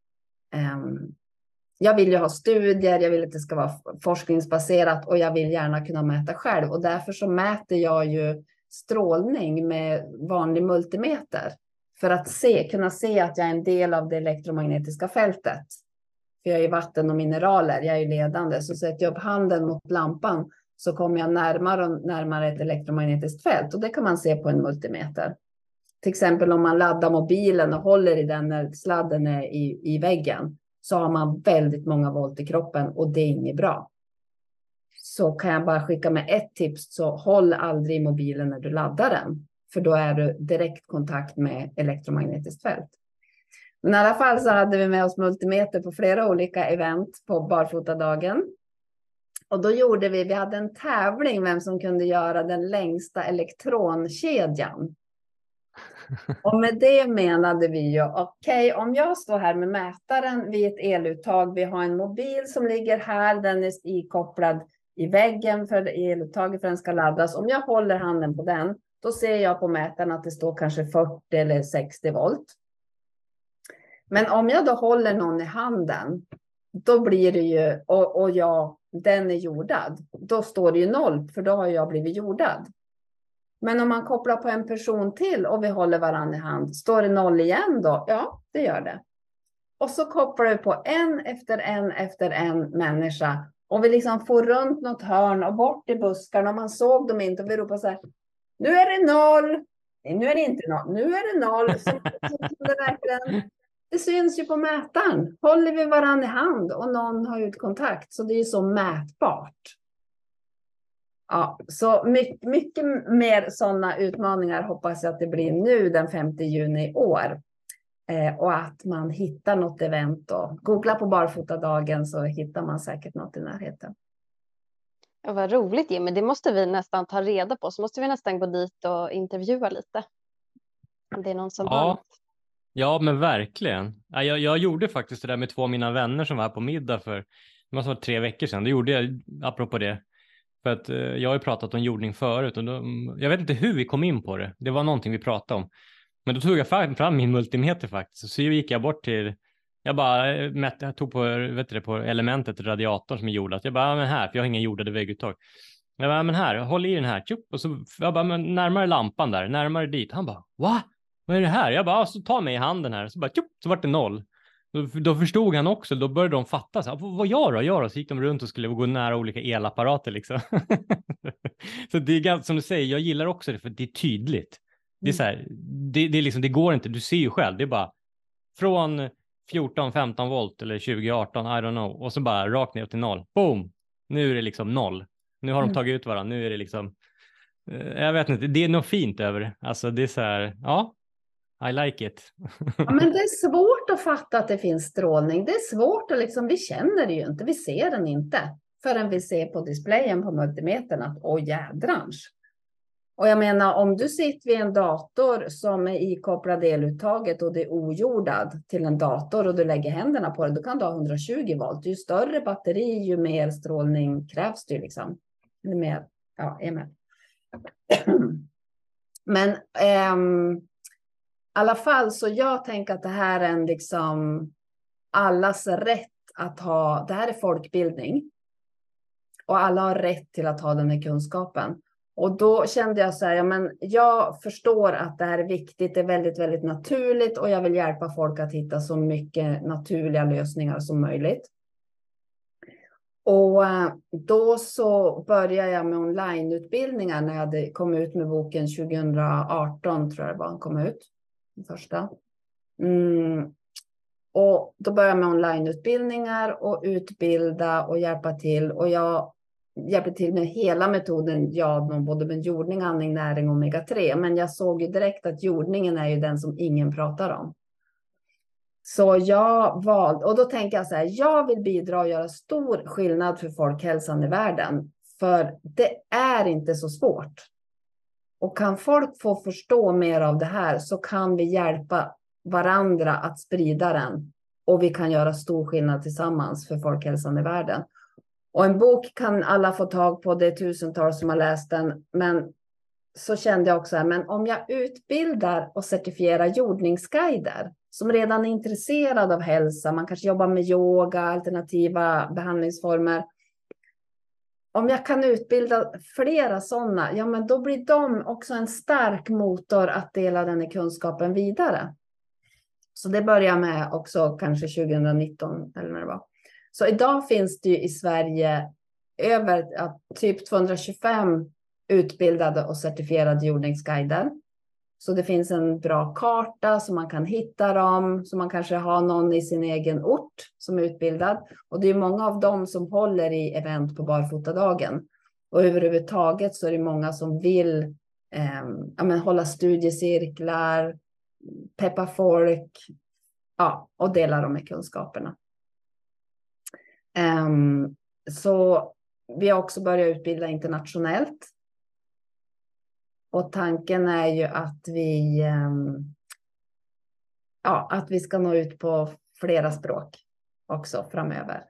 Um, jag vill ju ha studier, jag vill att det ska vara forskningsbaserat och jag vill gärna kunna mäta själv. Och därför så mäter jag ju strålning med vanlig multimeter. För att se, kunna se att jag är en del av det elektromagnetiska fältet. För jag är vatten och mineraler, jag är ledande. Så sätter jag upp handen mot lampan så kommer jag närmare och närmare ett elektromagnetiskt fält. Och det kan man se på en multimeter. Till exempel om man laddar mobilen och håller i den när sladden är i, i väggen. Så har man väldigt många volt i kroppen och det är inget bra. Så kan jag bara skicka med ett tips, så håll aldrig i mobilen när du laddar den. För då är du direkt kontakt med elektromagnetiskt fält. Men i alla fall så hade vi med oss multimeter på flera olika event på barfotadagen. Och då gjorde vi, vi hade en tävling vem som kunde göra den längsta elektronkedjan. Och med det menade vi ju, okej, okay, om jag står här med mätaren vid ett eluttag, vi har en mobil som ligger här, den är ikopplad i väggen för eluttaget för den ska laddas. Om jag håller handen på den, då ser jag på mätaren att det står kanske fyrtio eller sextio volt. Men om jag då håller någon i handen, då blir det ju, och, och jag, den är jordad, då står det ju noll, för då har jag blivit jordad. Men om man kopplar på en person till och vi håller varandra i hand, står det noll igen då? Ja, det gör det. Och så kopplar vi på en efter en efter en människa. Och vi liksom får runt något hörn och bort i buskarna. Och man såg dem inte och vi ropade så här, nu är det noll. Nej, nu är det inte noll. Nu är det noll. Så, så, så det, verkligen, det syns ju på mätaren. Håller vi varandra i hand och någon har ut kontakt. Så det är ju så mätbart. Ja, så mycket, mycket mer sådana utmaningar hoppas jag att det blir nu den femte juni i år. Eh, och att man hittar något event och googla på barfotadagen så hittar man säkert något i närheten. Ja, vad roligt Jimmy, det måste vi nästan ta reda på. Så måste vi nästan gå dit och intervjua lite. Om det är någon som ja. har. Ja, men verkligen. Ja, jag, jag gjorde faktiskt det där med två av mina vänner som var här på middag för det måste vara tre veckor sedan. Det gjorde jag apropå det. För att eh, jag har ju pratat om jordning förut och då, jag vet inte hur vi kom in på det. Det var någonting vi pratade om. Men då tog jag fram, fram min multimeter faktiskt. Så gick jag bort till, jag bara mätte, jag tog på, vet du, på elementet radiatorn som är jordat. Jag bara, ja, men här, för jag har ingen jordade vägguttag. Jag bara, ja, men här, håll i den här. Tjup, och så jag bara, men närmare lampan där, närmare dit. Han bara, va? Vad är det här? Jag bara, ja, så ta mig i handen här. Så bara, tjup, så var det noll. Då, då förstod han också, då började de fatta. Så här, vad gör då? Gör då? Så gick de runt och skulle gå nära olika elapparater liksom. Så det är ganska, som du säger, jag gillar också det för det är tydligt. Det är så här, det, det är liksom, det går inte, du ser ju själv, det är bara från fjorton femton volt eller tjugo arton, I don't know, och så bara rakt ner till noll. Boom! Nu är det liksom noll. Nu har de tagit ut varandra, nu är det liksom, eh, jag vet inte, det är något fint över det. Alltså det är så här, ja, I like it. Ja, men det är svårt att fatta att det finns strålning. Det är svårt att liksom, vi känner det ju inte, vi ser den inte. Förrän vi ser på displayen på multimetern att, åh jädrans. Och jag menar, om du sitter vid en dator som är ikopplad eluttaget och det är ojordad till en dator och du lägger händerna på det, då kan du ha hundratjugo volt. Ju större batteri, ju mer strålning krävs det liksom. Eller mer, ja, är med. Men ehm, i alla fall så jag tänker att det här är en liksom allas rätt att ha, det här är folkbildning. Och alla har rätt till att ha den här kunskapen. Och då kände jag så här, ja, men jag förstår att det här är viktigt, det är väldigt, väldigt naturligt och jag vill hjälpa folk att hitta så mycket naturliga lösningar som möjligt. Och då så började jag med onlineutbildningar när jag hade kommit ut med boken tjugo arton, tror jag det var, han kom ut, den första. Mm. Och då började jag med onlineutbildningar och utbilda och hjälpa till och jag hjälper till med hela metoden jadnom, både med jordning, andning, näring och omega tre. Men jag såg ju direkt att jordningen är ju den som ingen pratar om. Så jag valde, och då tänker jag så här, jag vill bidra och göra stor skillnad för folkhälsan i världen. För det är inte så svårt. Och kan folk få förstå mer av det här så kan vi hjälpa varandra att sprida den. Och vi kan göra stor skillnad tillsammans för folkhälsan i världen. Och en bok kan alla få tag på, det är tusentals som har läst den. Men så kände jag också här, men om jag utbildar och certifierar jordningsguider som redan är intresserade av hälsa, man kanske jobbar med yoga, alternativa behandlingsformer. Om jag kan utbilda flera sådana, ja men då blir de också en stark motor att dela den i kunskapen vidare. Så det börjar med också kanske tjugonitton eller när det var. Så idag finns det ju i Sverige över ja, typ tvåhundratjugofem utbildade och certifierade jordningsguider. Så det finns en bra karta så man kan hitta dem. Så man kanske har någon i sin egen ort som är utbildad. Och det är många av dem som håller i event på barfotadagen. Och överhuvudtaget så är det många som vill eh, ja, men hålla studiecirklar, peppa folk, ja, och dela de här kunskaperna. Um, så vi har också börjat utbilda internationellt. Och tanken är ju att vi, um, ja, att vi ska nå ut på flera språk också framöver.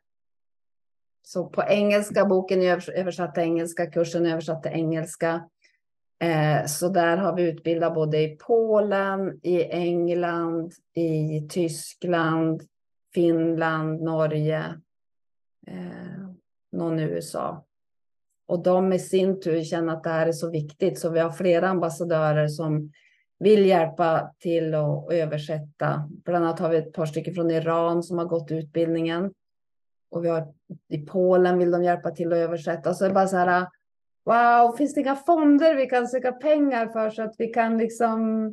Så på engelska, boken är översatt till engelska, kursen är översatt till engelska. Eh, så där har vi utbildat både i Polen, i England, i Tyskland, Finland, Norge, eh, någon i U S A. Och de i sin tur känner att det här är så viktigt. Så vi har flera ambassadörer som vill hjälpa till att översätta. Bland annat har vi ett par stycken från Iran som har gått utbildningen. Och vi har i Polen vill de hjälpa till att översätta. Så det är bara så här, wow, finns det inga fonder vi kan söka pengar för så att vi kan liksom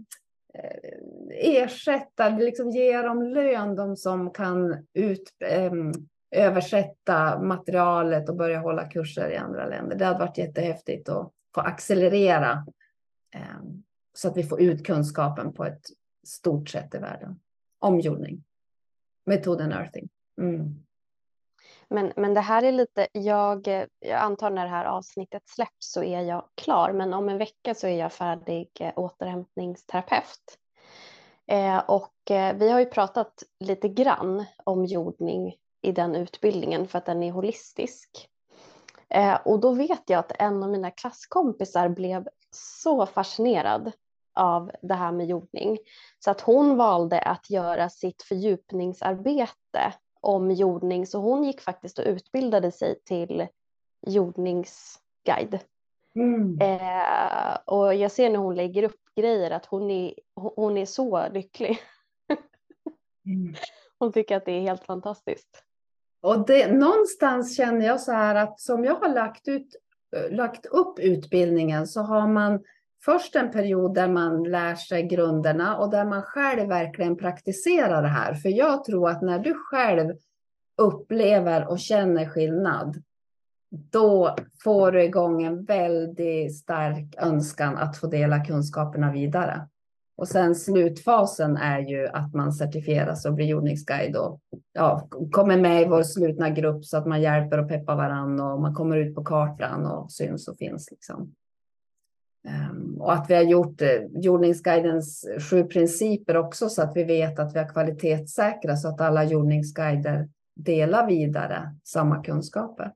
ersätta, liksom ge dem lön, de som kan ut, eh, översätta materialet och börja hålla kurser i andra länder. Det hade varit jättehäftigt att få accelerera eh, så att vi får ut kunskapen på ett stort sätt i världen. Omjordning. Metoden Earthing. Mm. Men, men det här är lite, jag, jag antar när det här avsnittet släpps så är jag klar. Men om en vecka så är jag färdig eh, återhämtningsterapeut. Eh, och eh, vi har ju pratat lite grann om jordning i den utbildningen för att den är holistisk. Eh, och då vet jag att en av mina klasskompisar blev så fascinerad av det här med jordning. Så att hon valde att göra sitt fördjupningsarbete om jordning. Så hon gick faktiskt och utbildade sig till jordningsguide. Mm. Eh, och jag ser när hon lägger upp grejer att hon är, hon är så lycklig. Mm. Hon tycker att det är helt fantastiskt. Och det, någonstans känner jag så här att som jag har lagt, ut, lagt upp utbildningen så har man först en period där man lär sig grunderna och där man själv verkligen praktiserar det här. För jag tror att när du själv upplever och känner skillnad, då får du igång en väldigt stark önskan att få dela kunskaperna vidare. Och sen slutfasen är ju att man certifieras och blir jordningsguide och ja, kommer med i vår slutna grupp så att man hjälper och peppar varandra och man kommer ut på kartan och syns och finns liksom. Um, och att vi har gjort eh, jordningsguidens sju principer också så att vi vet att vi har kvalitetssäkra så att alla jordningsguider delar vidare samma kunskaper.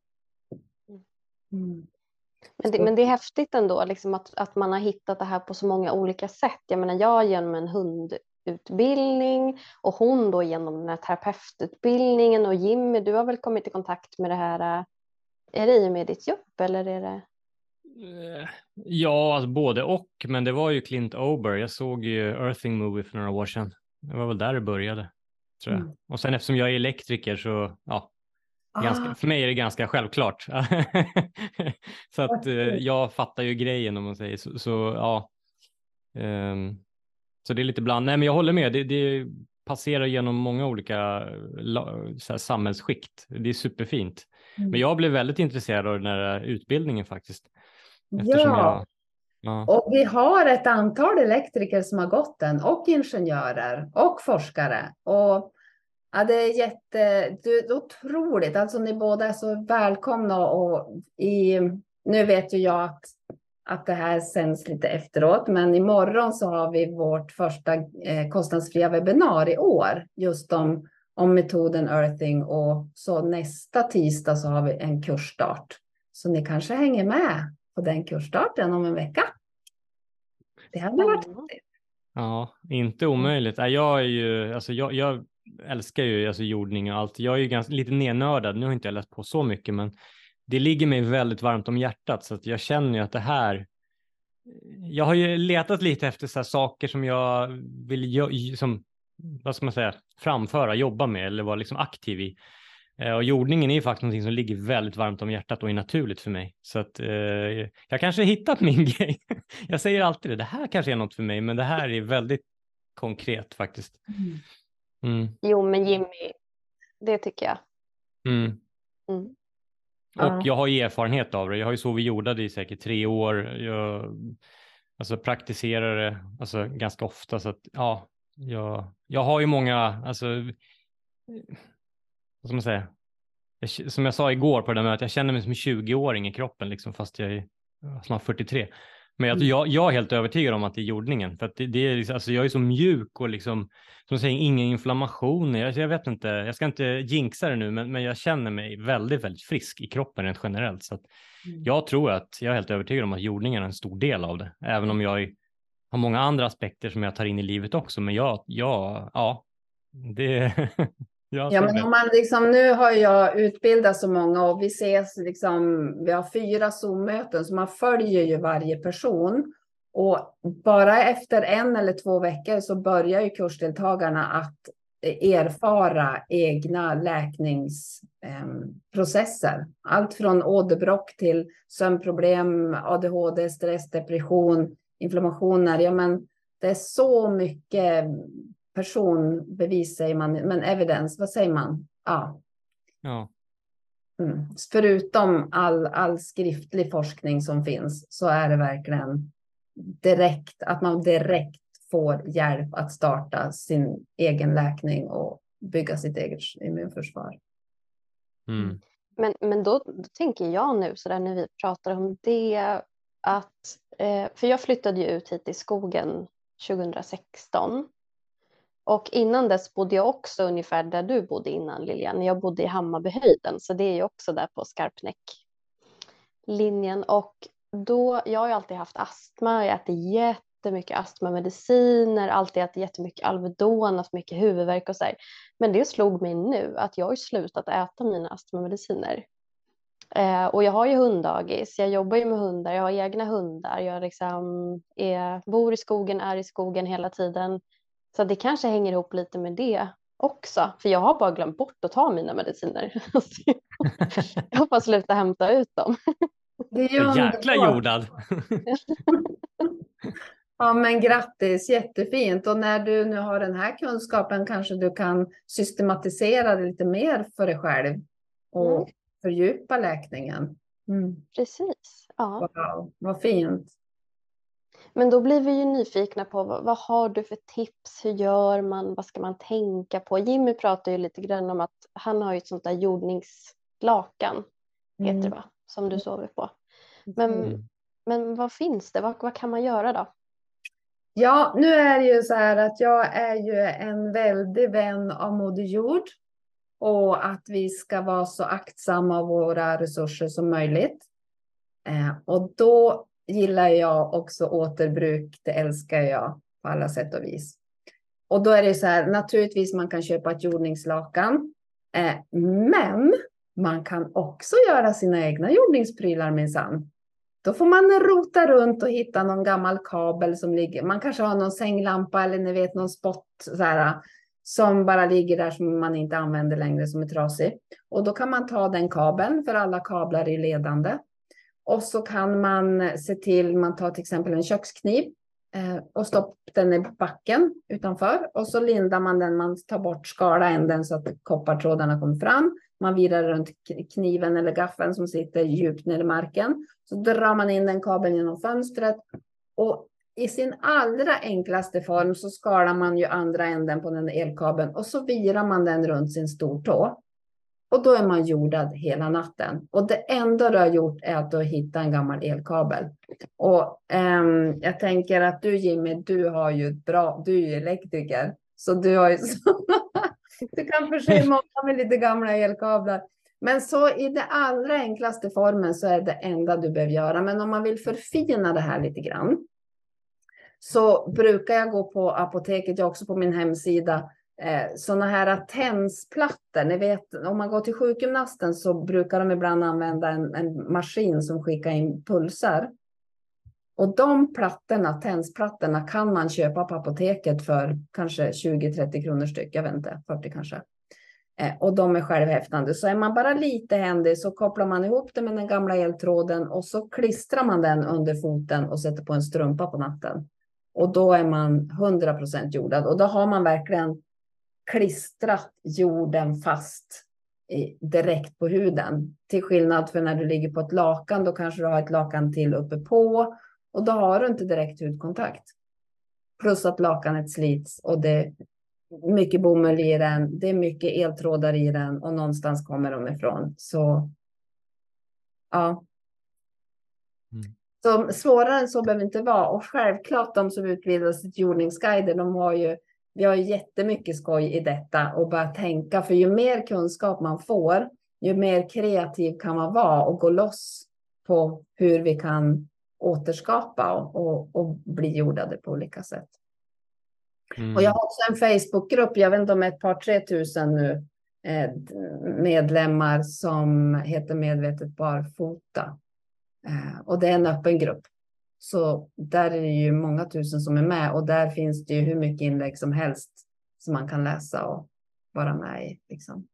Mm. Men, det, men det är häftigt ändå liksom att, att man har hittat det här på så många olika sätt. Jag menar jag genom en hundutbildning och hon då genom den här terapeututbildningen och Jimmy, du har väl kommit i kontakt med det här, är det i med ditt jobb eller är det? Ja, alltså både och, men det var ju Clint Ober. Jag såg ju Earthing Movie för några år sedan. Det var väl där det började, tror jag. Mm. Och sen eftersom jag är elektriker så, ja, ganska, ah. för mig är det ganska självklart. Så att eh, jag fattar ju grejen om man säger så, så ja. Um, så det är lite bland. Nej, men jag håller med. Det, det passerar genom många olika så här, samhällsskikt. Det är superfint. Mm. Men jag blev väldigt intresserad av den här utbildningen faktiskt. Ja. Jag, ja. Och vi har ett antal elektriker som har gått den och ingenjörer och forskare. Och ja, det är jätte, det är otroligt. Alltså ni båda är så välkomna. Och i, nu vet ju jag att, att det här sänds lite efteråt. Men imorgon så har vi vårt första eh, kostnadsfria webbinar i år. Just om, om metoden earthing. Och så nästa tisdag så har vi en kursstart. Så ni kanske hänger med på den kursstarten om en vecka. Det hade varit häftigt. Ja, inte omöjligt. Jag är ju, alltså jag, jag älskar ju alltså jordning och allt. Jag är ju ganska lite nednördad. Nu har inte jag läst på så mycket, men det ligger mig väldigt varmt om hjärtat, så att jag känner ju att det här. Jag har ju letat lite efter så här saker som jag vill, som, vad ska man säga, framföra, jobba med eller vara liksom aktiv i. Och jordningen är ju faktiskt något som ligger väldigt varmt om hjärtat och är naturligt för mig. Så att eh, jag kanske hittat min grej. Jag säger alltid det, det här kanske är något för mig, men det här är väldigt konkret faktiskt. Mm. Jo, men Jimmy, det tycker jag. Mm. Mm. Och Ja. jag har ju erfarenhet av det. Jag har ju sovit jordad i säkert tre år. Jag alltså, praktiserar det alltså, ganska ofta. Så att, ja, jag, jag har ju många, alltså, vad ska man säga? Jag, som jag sa igår på det där mötet, jag känner mig som en tjugo-åring i kroppen, liksom, fast jag är snart fyrtiotre. Men jag, jag, jag är helt övertygad om att det är jordningen. För att det, det är liksom, alltså jag är så mjuk och liksom, som säger, ingen inflammation. Jag, jag vet inte, jag ska inte jinxa det nu, men, men jag känner mig väldigt, väldigt frisk i kroppen rent generellt. Så att Mm. jag tror att, jag är helt övertygad om att jordningen är en stor del av det. Även om jag är, har många andra aspekter som jag tar in i livet också. Men jag, jag ja, det Ja, men om man liksom, nu har jag utbildat så många och vi ses liksom, vi har fyra Zoom-möten så man följer ju varje person. Och bara efter en eller två veckor så börjar ju kursdeltagarna att erfara egna läkningsprocesser. Allt från åderbråck till sömnproblem, A D H D, stress, depression, inflammationer. Ja, men det är så mycket personbevis säger man, men evidens, vad säger man? Ja. Ja. Mm. Förutom all, all skriftlig forskning som finns så är det verkligen direkt, att man direkt får hjälp att starta sin egen läkning och bygga sitt eget immunförsvar. Mm. Men, men då, då tänker jag nu så där när vi pratar om det att, eh, för jag flyttade ju ut hit i skogen tjugohundrasexton. Och innan dess bodde jag också ungefär där du bodde innan, Lilian. Jag bodde i Hammarbyhöjden, så det är ju också där på Skarpnäck-linjen. Och då, jag har ju alltid haft astma, jag äter jättemycket astmamediciner, alltid ätit jättemycket Alvedon, haft mycket huvudvärk och så här. Men det slog mig nu att jag har ju slutat äta mina astmamediciner. Eh, och jag har ju hunddagis, jag jobbar ju med hundar, jag har egna hundar, jag liksom är, bor i skogen, är i skogen hela tiden. Så det kanske hänger ihop lite med det också. För jag har bara glömt bort att ta mina mediciner. Jag har bara slutat hämta ut dem. Det är ju jäkla jordad. Ja, men grattis, jättefint. Och när du nu har den här kunskapen kanske du kan systematisera det lite mer för dig själv. Och mm. fördjupa läkningen. Mm. Precis, ja. Wow, vad fint. Men då blir vi ju nyfikna på vad, vad har du för tips? Hur gör man? Vad ska man tänka på? Jimmy pratar ju lite grann om att han har ju ett sånt där jordningslakan, Mm. heter det va? Som du sover på. Men, Mm. men vad finns det? Vad, vad kan man göra då? Ja, nu är det ju så här att jag är ju en väldig vän av Moder Jord. Och att vi ska vara så aktsamma av våra resurser som möjligt. Eh, och då gillar jag också återbruk, det älskar jag på alla sätt och vis. Och då är det så här, naturligtvis man kan köpa ett jordningslakan. Eh, men man kan också göra sina egna jordningsprylar minsann. Då får man rota runt och hitta någon gammal kabel som ligger. Man kanske har någon sänglampa eller ni vet någon spot så här, som bara ligger där som man inte använder längre som är trasig. Och då kan man ta den kabeln, för alla kablar är ledande. Och så kan man se till, man tar till exempel en kökskniv eh, och stoppar den i backen utanför. Och så lindar man den, man tar bort skala änden så att koppartrådarna kommer fram. Man virar runt kniven eller gaffeln som sitter djupt ner i marken. Så drar man in den kabeln genom fönstret. Och i sin allra enklaste form så skalar man ju andra änden på den elkabeln. Och så virar man den runt sin stortå. Och då är man jordad hela natten. Och det enda du har gjort är att du har hittat en gammal elkabel. Och um, jag tänker att du Jimmy, du har ju ett bra, du är ju elektriker. Så du har ju så, du kan förse många med lite gamla elkablar. Men så i det allra enklaste formen så är det enda du behöver göra. Men om man vill förfina det här lite grann. Så brukar jag gå på apoteket, jag också på min hemsida. Eh, sådana här tensplattor, ni vet om man går till sjukgymnasten så brukar de ibland använda en, en maskin som skickar in pulsar. Och de plattorna, tensplattorna kan man köpa på apoteket för kanske tjugo till trettio kronor styck, jag vet inte, fyrtio kanske. Eh, och de är självhäftande, så är man bara lite händig så kopplar man ihop det med den gamla eltråden och så klistrar man den under foten och sätter på en strumpa på natten. Och då är man hundra procent jordad och då har man verkligen klistrat jorden fast i, direkt på huden. Till skillnad för när du ligger på ett lakan, då kanske du har ett lakan till uppe på och då har du inte direkt hudkontakt. Plus att lakanet slits och det är mycket bomull i den, det är mycket eltrådar i den och någonstans kommer de ifrån. Så ja. Mm. Så svårare än så behöver det inte vara. Och självklart de som utbildar sig till jordningsguider, de har ju Vi har jättemycket skoj i detta och bara tänka, för ju mer kunskap man får, ju mer kreativ kan man vara och gå loss på hur vi kan återskapa och, och, och bli jordade på olika sätt. Mm. Och jag har också en Facebookgrupp, jag vet inte om ett par tre tusen nu eh, medlemmar som heter Medvetet barfota. Eh, och det är en öppen grupp. Så där är det ju många tusen som är med och där finns det ju hur mycket inlägg som helst som man kan läsa och vara med i. Liksom.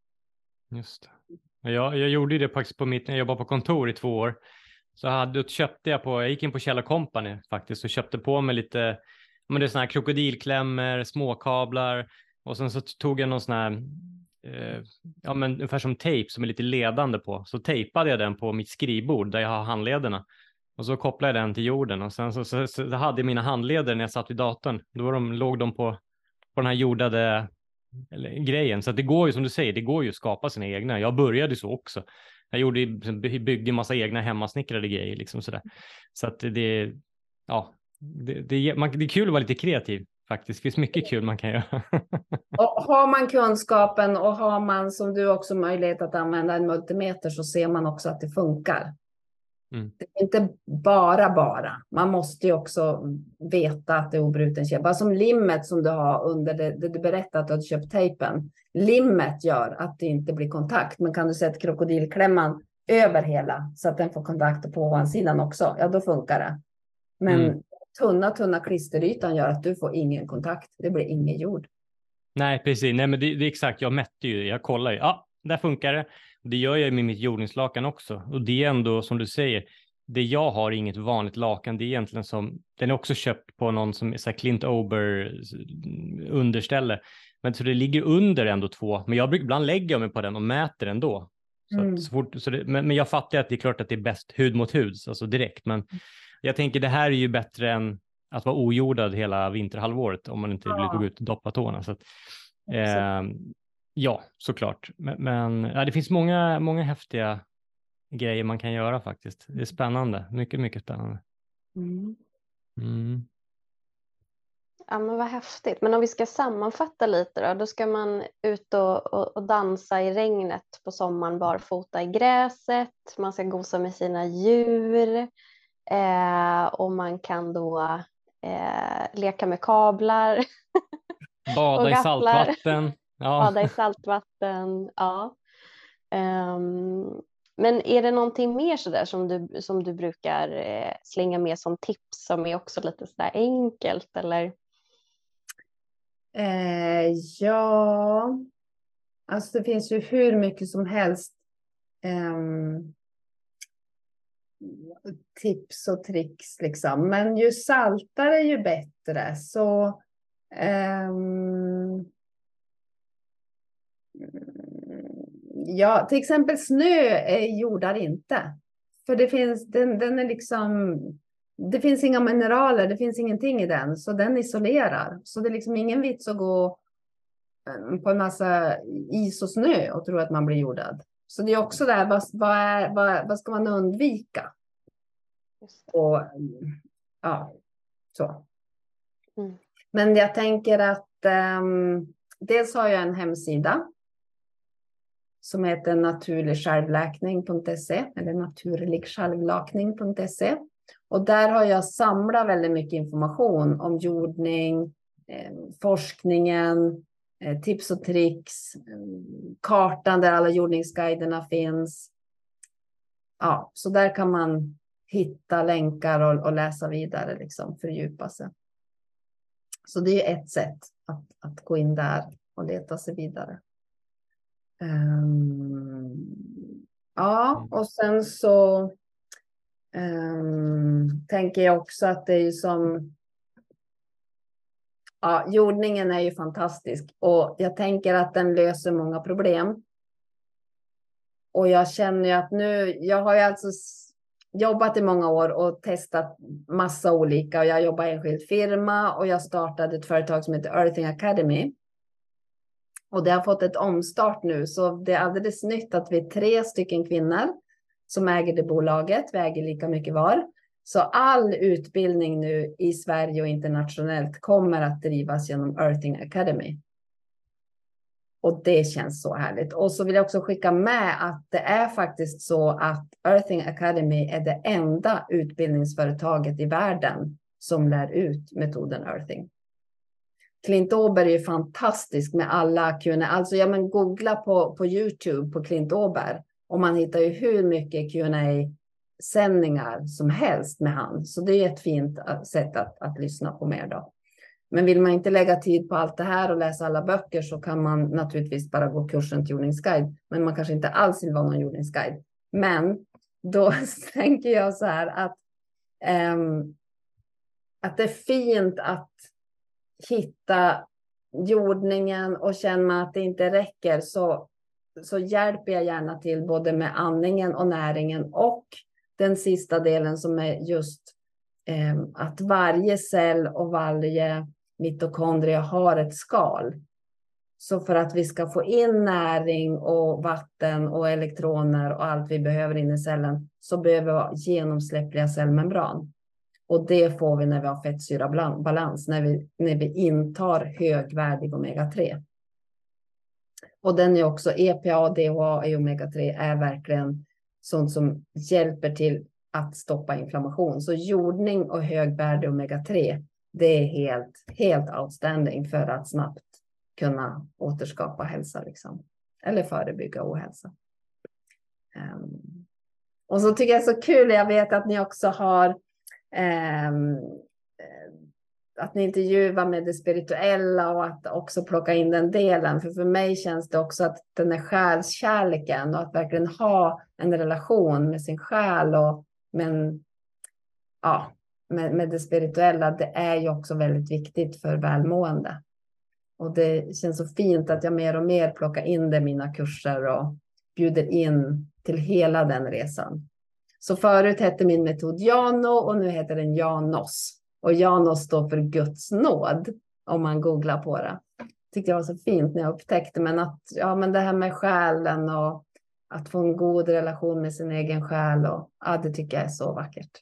Just det. Jag, jag gjorde det faktiskt på mitt, när jag jobbade på kontor i två år. Så hade, köpte jag på, jag gick in på Kjell Company faktiskt och köpte på mig lite, men det är såna här krokodilklämmor, småkablar och sen så tog jag någon sån här, eh, ja men ungefär som tejp som är lite ledande på. Så tejpade jag den på mitt skrivbord där jag har handlederna. Och så kopplade jag den till jorden och sen så, så, så, så hade jag mina handleder när jag satt vid datorn. Då var de, låg de på, på den här jordade eller, grejen. Så att det går ju som du säger, det går ju att skapa sina egna. Jag började så också. Jag gjorde, byggde en massa egna hemmasnickrade grejer. Liksom sådär. Så att det, ja, det, det, man, det är kul att vara lite kreativ faktiskt. Det finns mycket kul man kan göra. Och har man kunskapen och har man som du också möjlighet att använda en multimeter så ser man också att det funkar. Mm. Det är inte bara bara. Man måste ju också veta att det är obruten kedja. Bara som limmet som du har under det, det du berättade att du har köpt tejpen. Limmet gör att det inte blir kontakt. Men kan du sätta krokodilklämman över hela så att den får kontakt på ovansidan också. Ja, då funkar det. Men mm. tunna, tunna klisterytan gör att du får ingen kontakt. Det blir ingen jord. Nej, precis. Nej, men det, det är exakt. Jag mätte ju. Jag kollar ju. Ja, där funkar det. Det gör jag med mitt jordningslakan också. Och det är ändå, som du säger, det jag har inget vanligt lakan. Det är egentligen som, den är också köpt på någon som är så här Clint Ober underställe. Men så det ligger under ändå två. Men jag brukar, ibland lägger jag mig på den och mäter ändå. Så mm. att, så fort, så det, men, men jag fattar att det är klart att det är bäst hud mot hud, alltså direkt. Men jag tänker det här är ju bättre än att vara ojordad hela vinterhalvåret om man inte ja. vill gå ut och doppa tårna. Så att, eh, ja, såklart. Men, men ja, det finns många, många häftiga grejer man kan göra faktiskt. Det är spännande. Mycket, mycket spännande. Mm. Mm. Ja, men vad häftigt. Men om vi ska sammanfatta lite då. Då ska man ut och, och, och dansa i regnet på sommaren barfota i gräset. Man ska gosa med sina djur. Eh, och man kan då eh, leka med kablar. Bada i saltvatten. Ja. Bada i saltvatten, ja. Um, men är det någonting mer sådär som du, som du brukar eh, slänga med som tips som är också lite sådär enkelt eller? Eh, ja, alltså det finns ju hur mycket som helst um, tips och tricks liksom. Men ju saltare ju bättre så um, Ja, till exempel snö är jordar inte. För det finns, den, den är liksom, det finns inga mineraler, det finns ingenting i den. Så den isolerar. Så det är liksom ingen vits att gå på en massa is och snö och tro att man blir jordad. Så det är också där, vad, vad, är, vad, vad ska man undvika? Och ja, så. Mm. Men jag tänker att um, dels har jag en hemsida som heter naturligsjälvläkning punkt se eller naturligsjälvläkning punkt se. Och där har jag samlat väldigt mycket information om jordning, eh, forskningen, eh, tips och tricks, eh, kartan där alla jordningsguiderna finns. Ja, så där kan man hitta länkar och, och läsa vidare, liksom fördjupa sig. Så det är ett sätt att, att gå in där och leta sig vidare. Um, ja, och sen så um, tänker jag också att det är ju som ja, jordningen är ju fantastisk och jag tänker att den löser många problem. Och jag känner ju att nu, jag har ju alltså jobbat i många år och testat massa olika och jag jobbar i enskild firma och jag startade ett företag som heter Earthing Academy. Och det har fått ett omstart nu, så det är alldeles nytt att vi är tre stycken kvinnor som äger det bolaget. Vi äger lika mycket var. Så all utbildning nu i Sverige och internationellt kommer att drivas genom Earthing Academy. Och det känns så härligt. Och så vill jag också skicka med att det är faktiskt så att Earthing Academy är det enda utbildningsföretaget i världen som lär ut metoden Earthing. Clint Åberg är ju fantastisk med alla Q and A. Alltså ja, men googla på, på YouTube på Clint Åberg. Och man hittar ju hur mycket Q and A-sändningar som helst med han. Så det är ett fint sätt att, att lyssna på mer då. Men vill man inte lägga tid på allt det här och läsa alla böcker så kan man naturligtvis bara gå kursen till jordningsguide. Men man kanske inte alls vill vara någon jordningsguide. Men då tänker jag så här att, um, att det är fint att hitta jordningen och känner man att det inte räcker så, så hjälper jag gärna till både med andningen och näringen och den sista delen som är just eh, att varje cell och varje mitokondria har ett skal. Så för att vi ska få in näring och vatten och elektroner och allt vi behöver in i cellen så behöver vi ha genomsläppliga cellmembran. Och det får vi när vi har fettsyrabalans, när vi, när vi intar högvärdig omega tre. Och den är också E P A, D H A i omega tre är verkligen sånt som hjälper till att stoppa inflammation. Så jordning och högvärdig omega tre, det är helt, helt outstanding för att snabbt kunna återskapa hälsa liksom. Eller förebygga ohälsa. Um, och så tycker jag det är så kul, jag vet att ni också har Um, att ni intervjuar med det spirituella och att också plocka in den delen. För för mig känns det också att den är själskärleken och att verkligen ha en relation med sin själ och men, ja, med, med det spirituella. Det är ju också väldigt viktigt för välmående. Och det känns så fint att jag mer och mer plockar in det i mina kurser och bjuder in till hela den resan. Så förut hette min metod Jano och nu heter den Janos. Och Janos står för Guds nåd om man googlar på det. Tyckte jag var så fint när jag upptäckte. Men att ja, men det här med själen och att få en god relation med sin egen själ. Och, ja, det tycker jag är så vackert.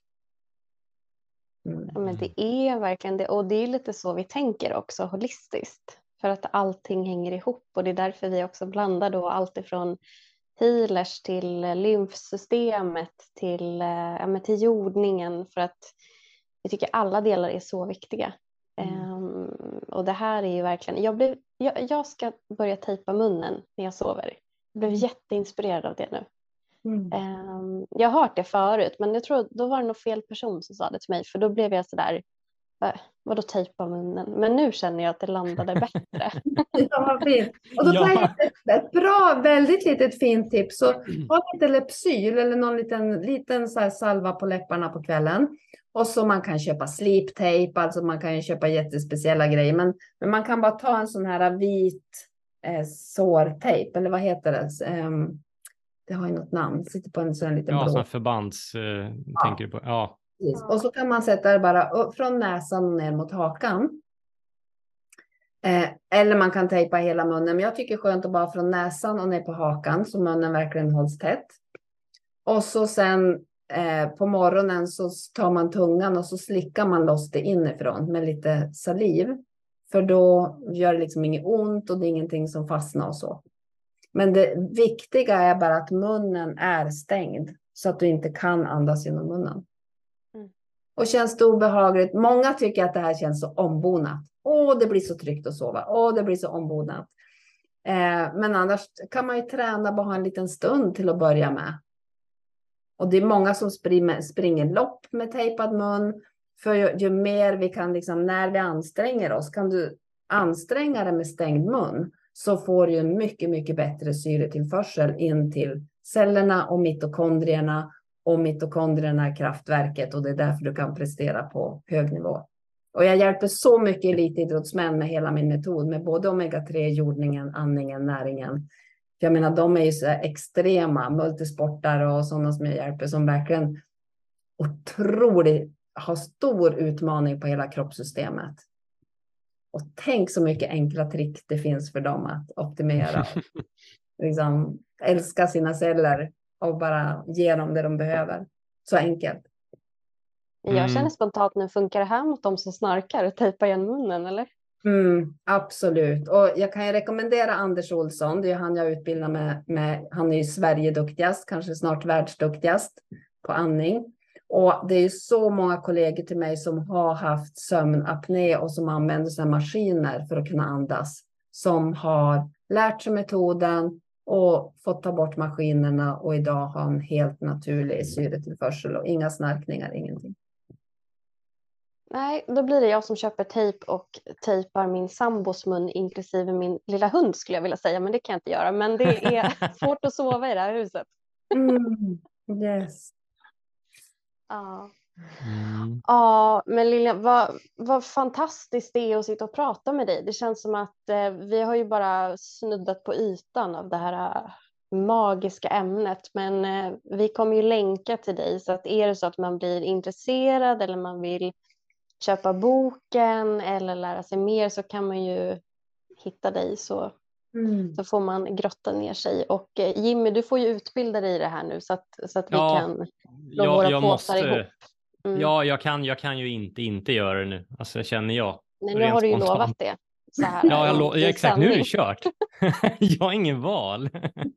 Mm. Ja, men det är verkligen det. Och det är lite så vi tänker också holistiskt. För att allting hänger ihop. Och det är därför vi också blandar då allt ifrån healers till lymfsystemet till, ja, till jordningen, för att jag tycker alla delar är så viktiga. Mm. Um, och det här är ju verkligen, jag, blev, jag, jag ska börja tejpa munnen när jag sover. Jag blev jätteinspirerad av det nu. Mm. Um, jag har hört det förut, men jag tror då var det nog fel person som sa det till mig, för då blev jag sådär, vadå tejpa munnen? Men nu känner jag att det landade bättre. Ja, vad fint. Och då tar jag ett, ett bra, väldigt litet fint tips. Så ha lite Lepsyl eller någon liten, liten så här salva på läpparna på kvällen. Och så man kan köpa sleep tape, alltså man kan ju köpa jättespeciella grejer. Men, men man kan bara ta en sån här vit eh, sårtejp, eller vad heter det? Um, det har ju något namn, sitter på en sån liten Ja, blå. sån förbands, eh, Ja. tänker du på? Ja. Precis. Och så kan man sätta det bara upp från näsan ner mot hakan. Eh, eller man kan tejpa hela munnen. Men jag tycker det är skönt att bara från näsan och ner på hakan. Så munnen verkligen hålls tätt. Och så sen eh, på morgonen så tar man tungan och så slickar man loss det inifrån med lite saliv. För då gör det liksom inget ont och det är ingenting som fastnar och så. Men det viktiga är bara att munnen är stängd. Så att du inte kan andas genom munnen. Mm. Och känns det obehagligt. Många tycker att det här känns så ombonat. Åh, det blir så tryggt att sova. Åh, det blir så ombonat. Eh, men annars kan man ju träna bara en liten stund till att börja med. Och det är många som springer, springer lopp med tejpad mun. För ju, ju mer vi kan, liksom, när vi anstränger oss, kan du anstränga det med stängd mun. Så får du en mycket, mycket bättre syretillförsel in till cellerna och mitokondrierna. Och mitokondrierna är kraftverket och det är därför du kan prestera på hög nivå. Och jag hjälper så mycket elitidrottsmän med hela min metod. Med både omega tre, jordningen, andningen, näringen. Jag menar, de är ju så extrema multisportare och sådana som jag hjälper. Som verkligen otroligt har stor utmaning på hela kroppssystemet. Och tänk så mycket enkla trick det finns för dem att optimera. liksom, älska sina celler och bara ge dem det de behöver. Så enkelt. Jag känner spontant, nu funkar det här mot de som snarkar och tejpar igen munnen, eller? Mm, absolut. Och jag kan ju rekommendera Anders Olsson. Det är han jag utbildar med, med. Han är ju Sverigeduktigast, kanske snart världsduktigast på andning. Och det är ju så många kollegor till mig som har haft sömnapné och som använder sina maskiner för att kunna andas. Som har lärt sig metoden och fått ta bort maskinerna och idag har en helt naturlig syretillförsel och inga snarkningar, ingenting. Nej, då blir det jag som köper tejp och tejpar min sambos mun inklusive min lilla hund skulle jag vilja säga, men det kan jag inte göra. Men det är svårt att sova i det här huset. Mm, yes. Ja. Mm. Ja, men Lilian, vad, vad fantastiskt det är att sitta och prata med dig. Det känns som att eh, vi har ju bara snuddat på ytan av det här eh, magiska ämnet. Men eh, vi kommer ju länka till dig, så att är det så att man blir intresserad eller man vill köpa boken eller lära sig mer, så kan man ju hitta dig, så, Mm. så får man grotta ner sig. Och eh, Jimmy, du får ju utbilda dig i det här nu, så att, så att vi Ja, kan slå jag, våra jag påsar måste, ihop. Mm. ja, jag kan, jag kan ju inte inte göra det nu. Alltså, känner jag. Nej, nu Rent har du ju spontant. lovat det. Så här, Ja, jag i- lo- i ja, exakt. Nu är det sändning. kört. Jag har ingen val.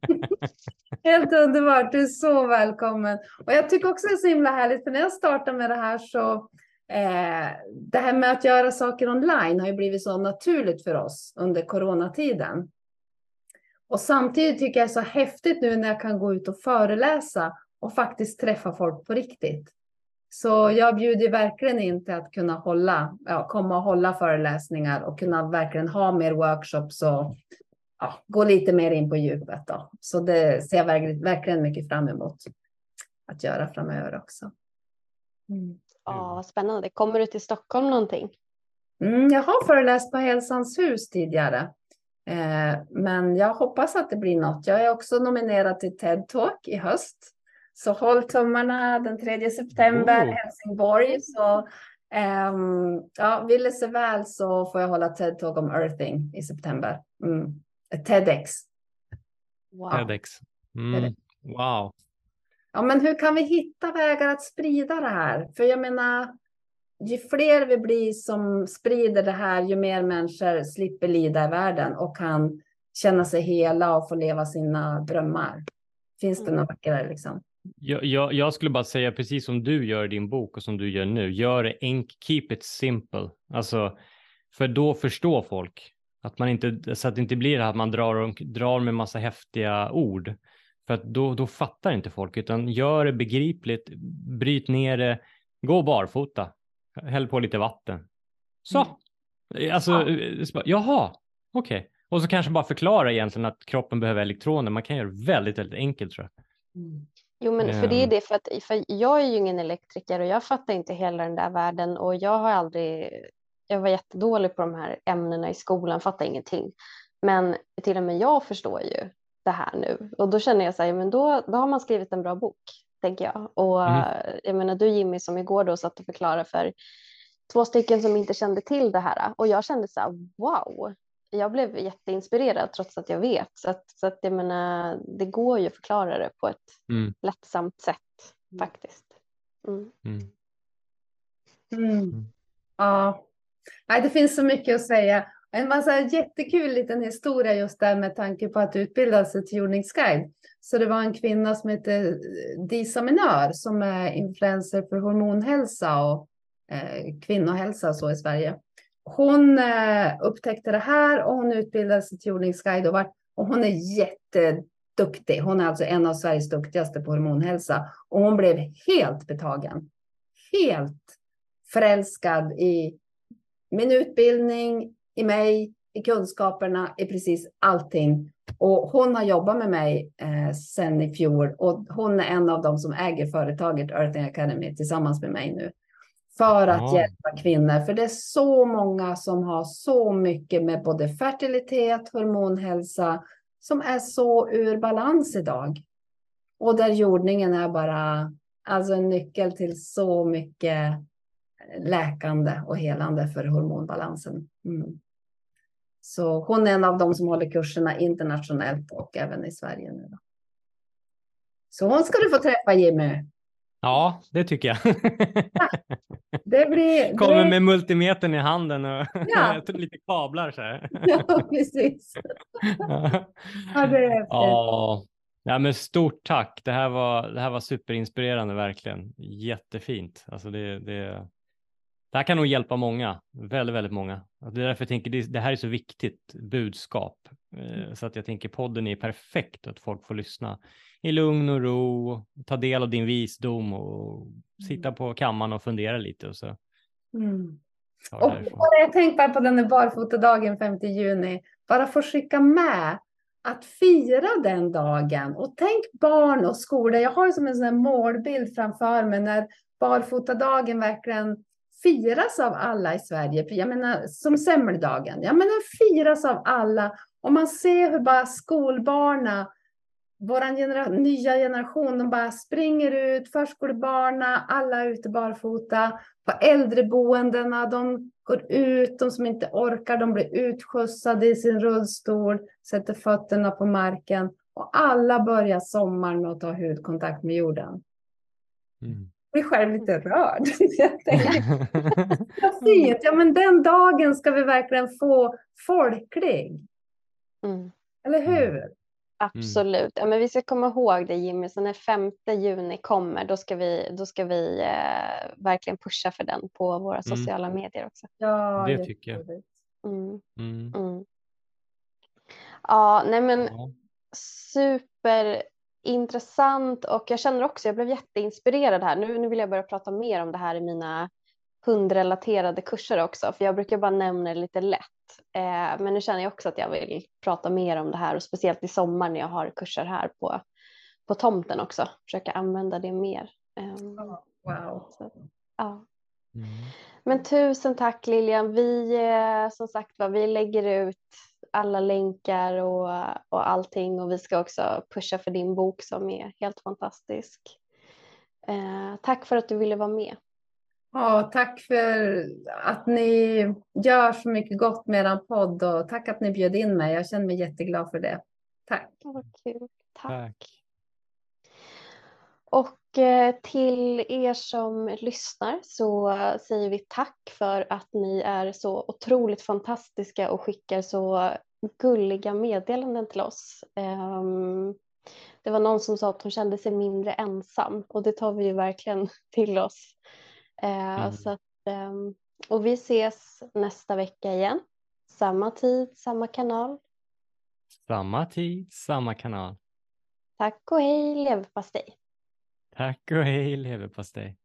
Helt underbart, du är så välkommen. Och jag tycker också det är så himla härligt, för när jag startade med det här så eh, det här med att göra saker online har ju blivit så naturligt för oss under coronatiden. Och samtidigt tycker jag det är så häftigt nu när jag kan gå ut och föreläsa och faktiskt träffa folk på riktigt. Så jag bjuder verkligen in till att kunna hålla, ja, komma och hålla föreläsningar och kunna verkligen ha mer workshops och ja, gå lite mer in på djupet då. Så det ser jag verkligen, verkligen mycket fram emot att göra framöver också. Mm. Ja, spännande. Kommer du till Stockholm någonting? Mm, jag har föreläst på Hälsans hus tidigare. Eh, men jag hoppas att det blir något. Jag är också nominerad till TED Talk i höst. Så håll tummarna den tredje september, Oh. Helsingborg. Så ehm, ja, vill det sig väl så får jag hålla TED Talk om earthing i september. Mm. TEDx. Wow. TEDx. Mm. Wow. Ja, men hur kan vi hitta vägar att sprida det här? För jag menar, ju fler vi blir som sprider det här, ju mer människor slipper lida i världen och kan känna sig hela och få leva sina drömmar. Finns det något vackrare liksom? Jag, jag, jag skulle bara säga precis som du gör i din bok och som du gör nu. Gör det enk, keep it simple. Alltså, för då förstår folk. Att man inte, så att det inte blir det här att man drar, och, drar med massa häftiga ord. För att då, då fattar inte folk. Utan gör det begripligt. Bryt ner det. Gå barfota. Häll på lite vatten. Så. Mm. Alltså, ja. Jaha. Okej. Okay. Och så kanske bara förklara egentligen att kroppen behöver elektroner. Man kan göra det väldigt, väldigt enkelt, tror jag. Mm. Jo, men för det är det, för att för jag är ju ingen elektriker och jag fattar inte hela den där världen, och jag har aldrig, jag var jättedålig på de här ämnena i skolan, fattar ingenting. Men till och med jag förstår ju det här nu. Och då känner jag så här, men då, då har man skrivit en bra bok, tänker jag. Och Mm. jag menar, du Jimmy som igår då satt och förklarade för två stycken som inte kände till det här. Och jag kände så här, wow. Jag blev jätteinspirerad trots att jag vet. Så att, så att jag menar, det går ju att förklara det på ett Mm. lättsamt sätt faktiskt. Mm. Mm. Mm. Ja, nej, det finns så mycket att säga. En massa jättekul liten historia just där med tanke på att utbilda sig till jordningsguide. Så det var en kvinna som heter Disa Minör som är influencer för hormonhälsa och eh, kvinnohälsa så i Sverige. Hon eh, upptäckte det här och hon utbildade sig till jordningsguide och, var, och hon är jätteduktig. Hon är alltså en av Sveriges duktigaste på hormonhälsa och hon blev helt betagen. Helt förälskad i min utbildning, i mig, i kunskaperna, i precis allting. Och hon har jobbat med mig eh, sedan i fjol och hon är en av dem som äger företaget Earthing Academy tillsammans med mig nu. För att Ja. hjälpa kvinnor. För det är så många som har så mycket med både fertilitet, hormonhälsa som är så ur balans idag. Och där jordningen är bara alltså en nyckel till så mycket läkande och helande för hormonbalansen. Mm. Så hon är en av dem som håller kurserna internationellt och även i Sverige nu. Då. Så hon ska du få träffa, Jimmy. Ja, det tycker jag. Det blir, Kommer det... med multimetern i handen och Ja. lite kablar så här. Ja, precis. Ja, det är ja. Ja, men stort tack. Det här var, det här var superinspirerande verkligen. Jättefint. Alltså det, det, det här kan nog hjälpa många. Väldigt, väldigt många. Det är därför jag tänker det, det här är så viktigt budskap. Så att jag tänker podden är perfekt att folk får lyssna i lugn och ro, ta del av din visdom och sitta på kammaren och fundera lite och så. Mm. Och bara jag tänkte bara på den här barfotadagen femte juni. Bara få skicka med att fira den dagen. Och tänk barn och skolor. Jag har som en sån här målbild framför mig när barfotadagen verkligen firas av alla i Sverige. Jag menar som semmeldagen. Jag menar firas av alla. Och man ser hur bara skolbarna, våran genera- nya generation, de bara springer ut, förskolebarna, alla är ute barfota. På äldreboendena, de går ut, de som inte orkar, de blir utskjutsade i sin rullstol, sätter fötterna på marken. Och alla börjar sommaren med att ta hudkontakt med jorden. Mm. Jag blir själv lite rörd. Jag tänker, vad fint. Ja, men den dagen ska vi verkligen få folklig. Mm. Eller hur? Absolut. Ja, men vi ska komma ihåg det, Jimmy. Så när femte juni kommer, då ska vi, då ska vi eh, verkligen pusha för den på våra Mm. sociala medier också. Ja, det tycker jag. Mm. Mm. Mm. Ja, nej men Ja. superintressant och jag känner också, jag blev jätteinspirerad här. Nu, nu vill jag börja prata mer om det här i mina hundrelaterade kurser också, för jag brukar bara nämna det lite lätt. Eh, men nu känner jag också att jag vill prata mer om det här och speciellt i sommar när jag har kurser här på, på tomten också. Försöka använda det mer. Eh, Wow. så, ja. Mm. Men tusen tack Lilian. Vi eh, som sagt var, vi lägger ut alla länkar och, och allting och vi ska också pusha för din bok som är helt fantastisk. Eh, tack för att du ville vara med. Ja, tack för att ni gör så mycket gott med er podd och tack att ni bjöd in mig. Jag känner mig jätteglad för det. Tack. Ja, vad kul. Tack. Tack. Och eh, till er som lyssnar så säger vi tack för att ni är så otroligt fantastiska och skickar så gulliga meddelanden till oss. Um, det var någon som sa att hon kände sig mindre ensam och det tar vi ju verkligen till oss. Uh, Mm. så att, um, och vi ses nästa vecka igen. Samma tid, samma kanal. Samma tid, samma kanal. Tack och hej leverpastej. Tack och hej leverpastej.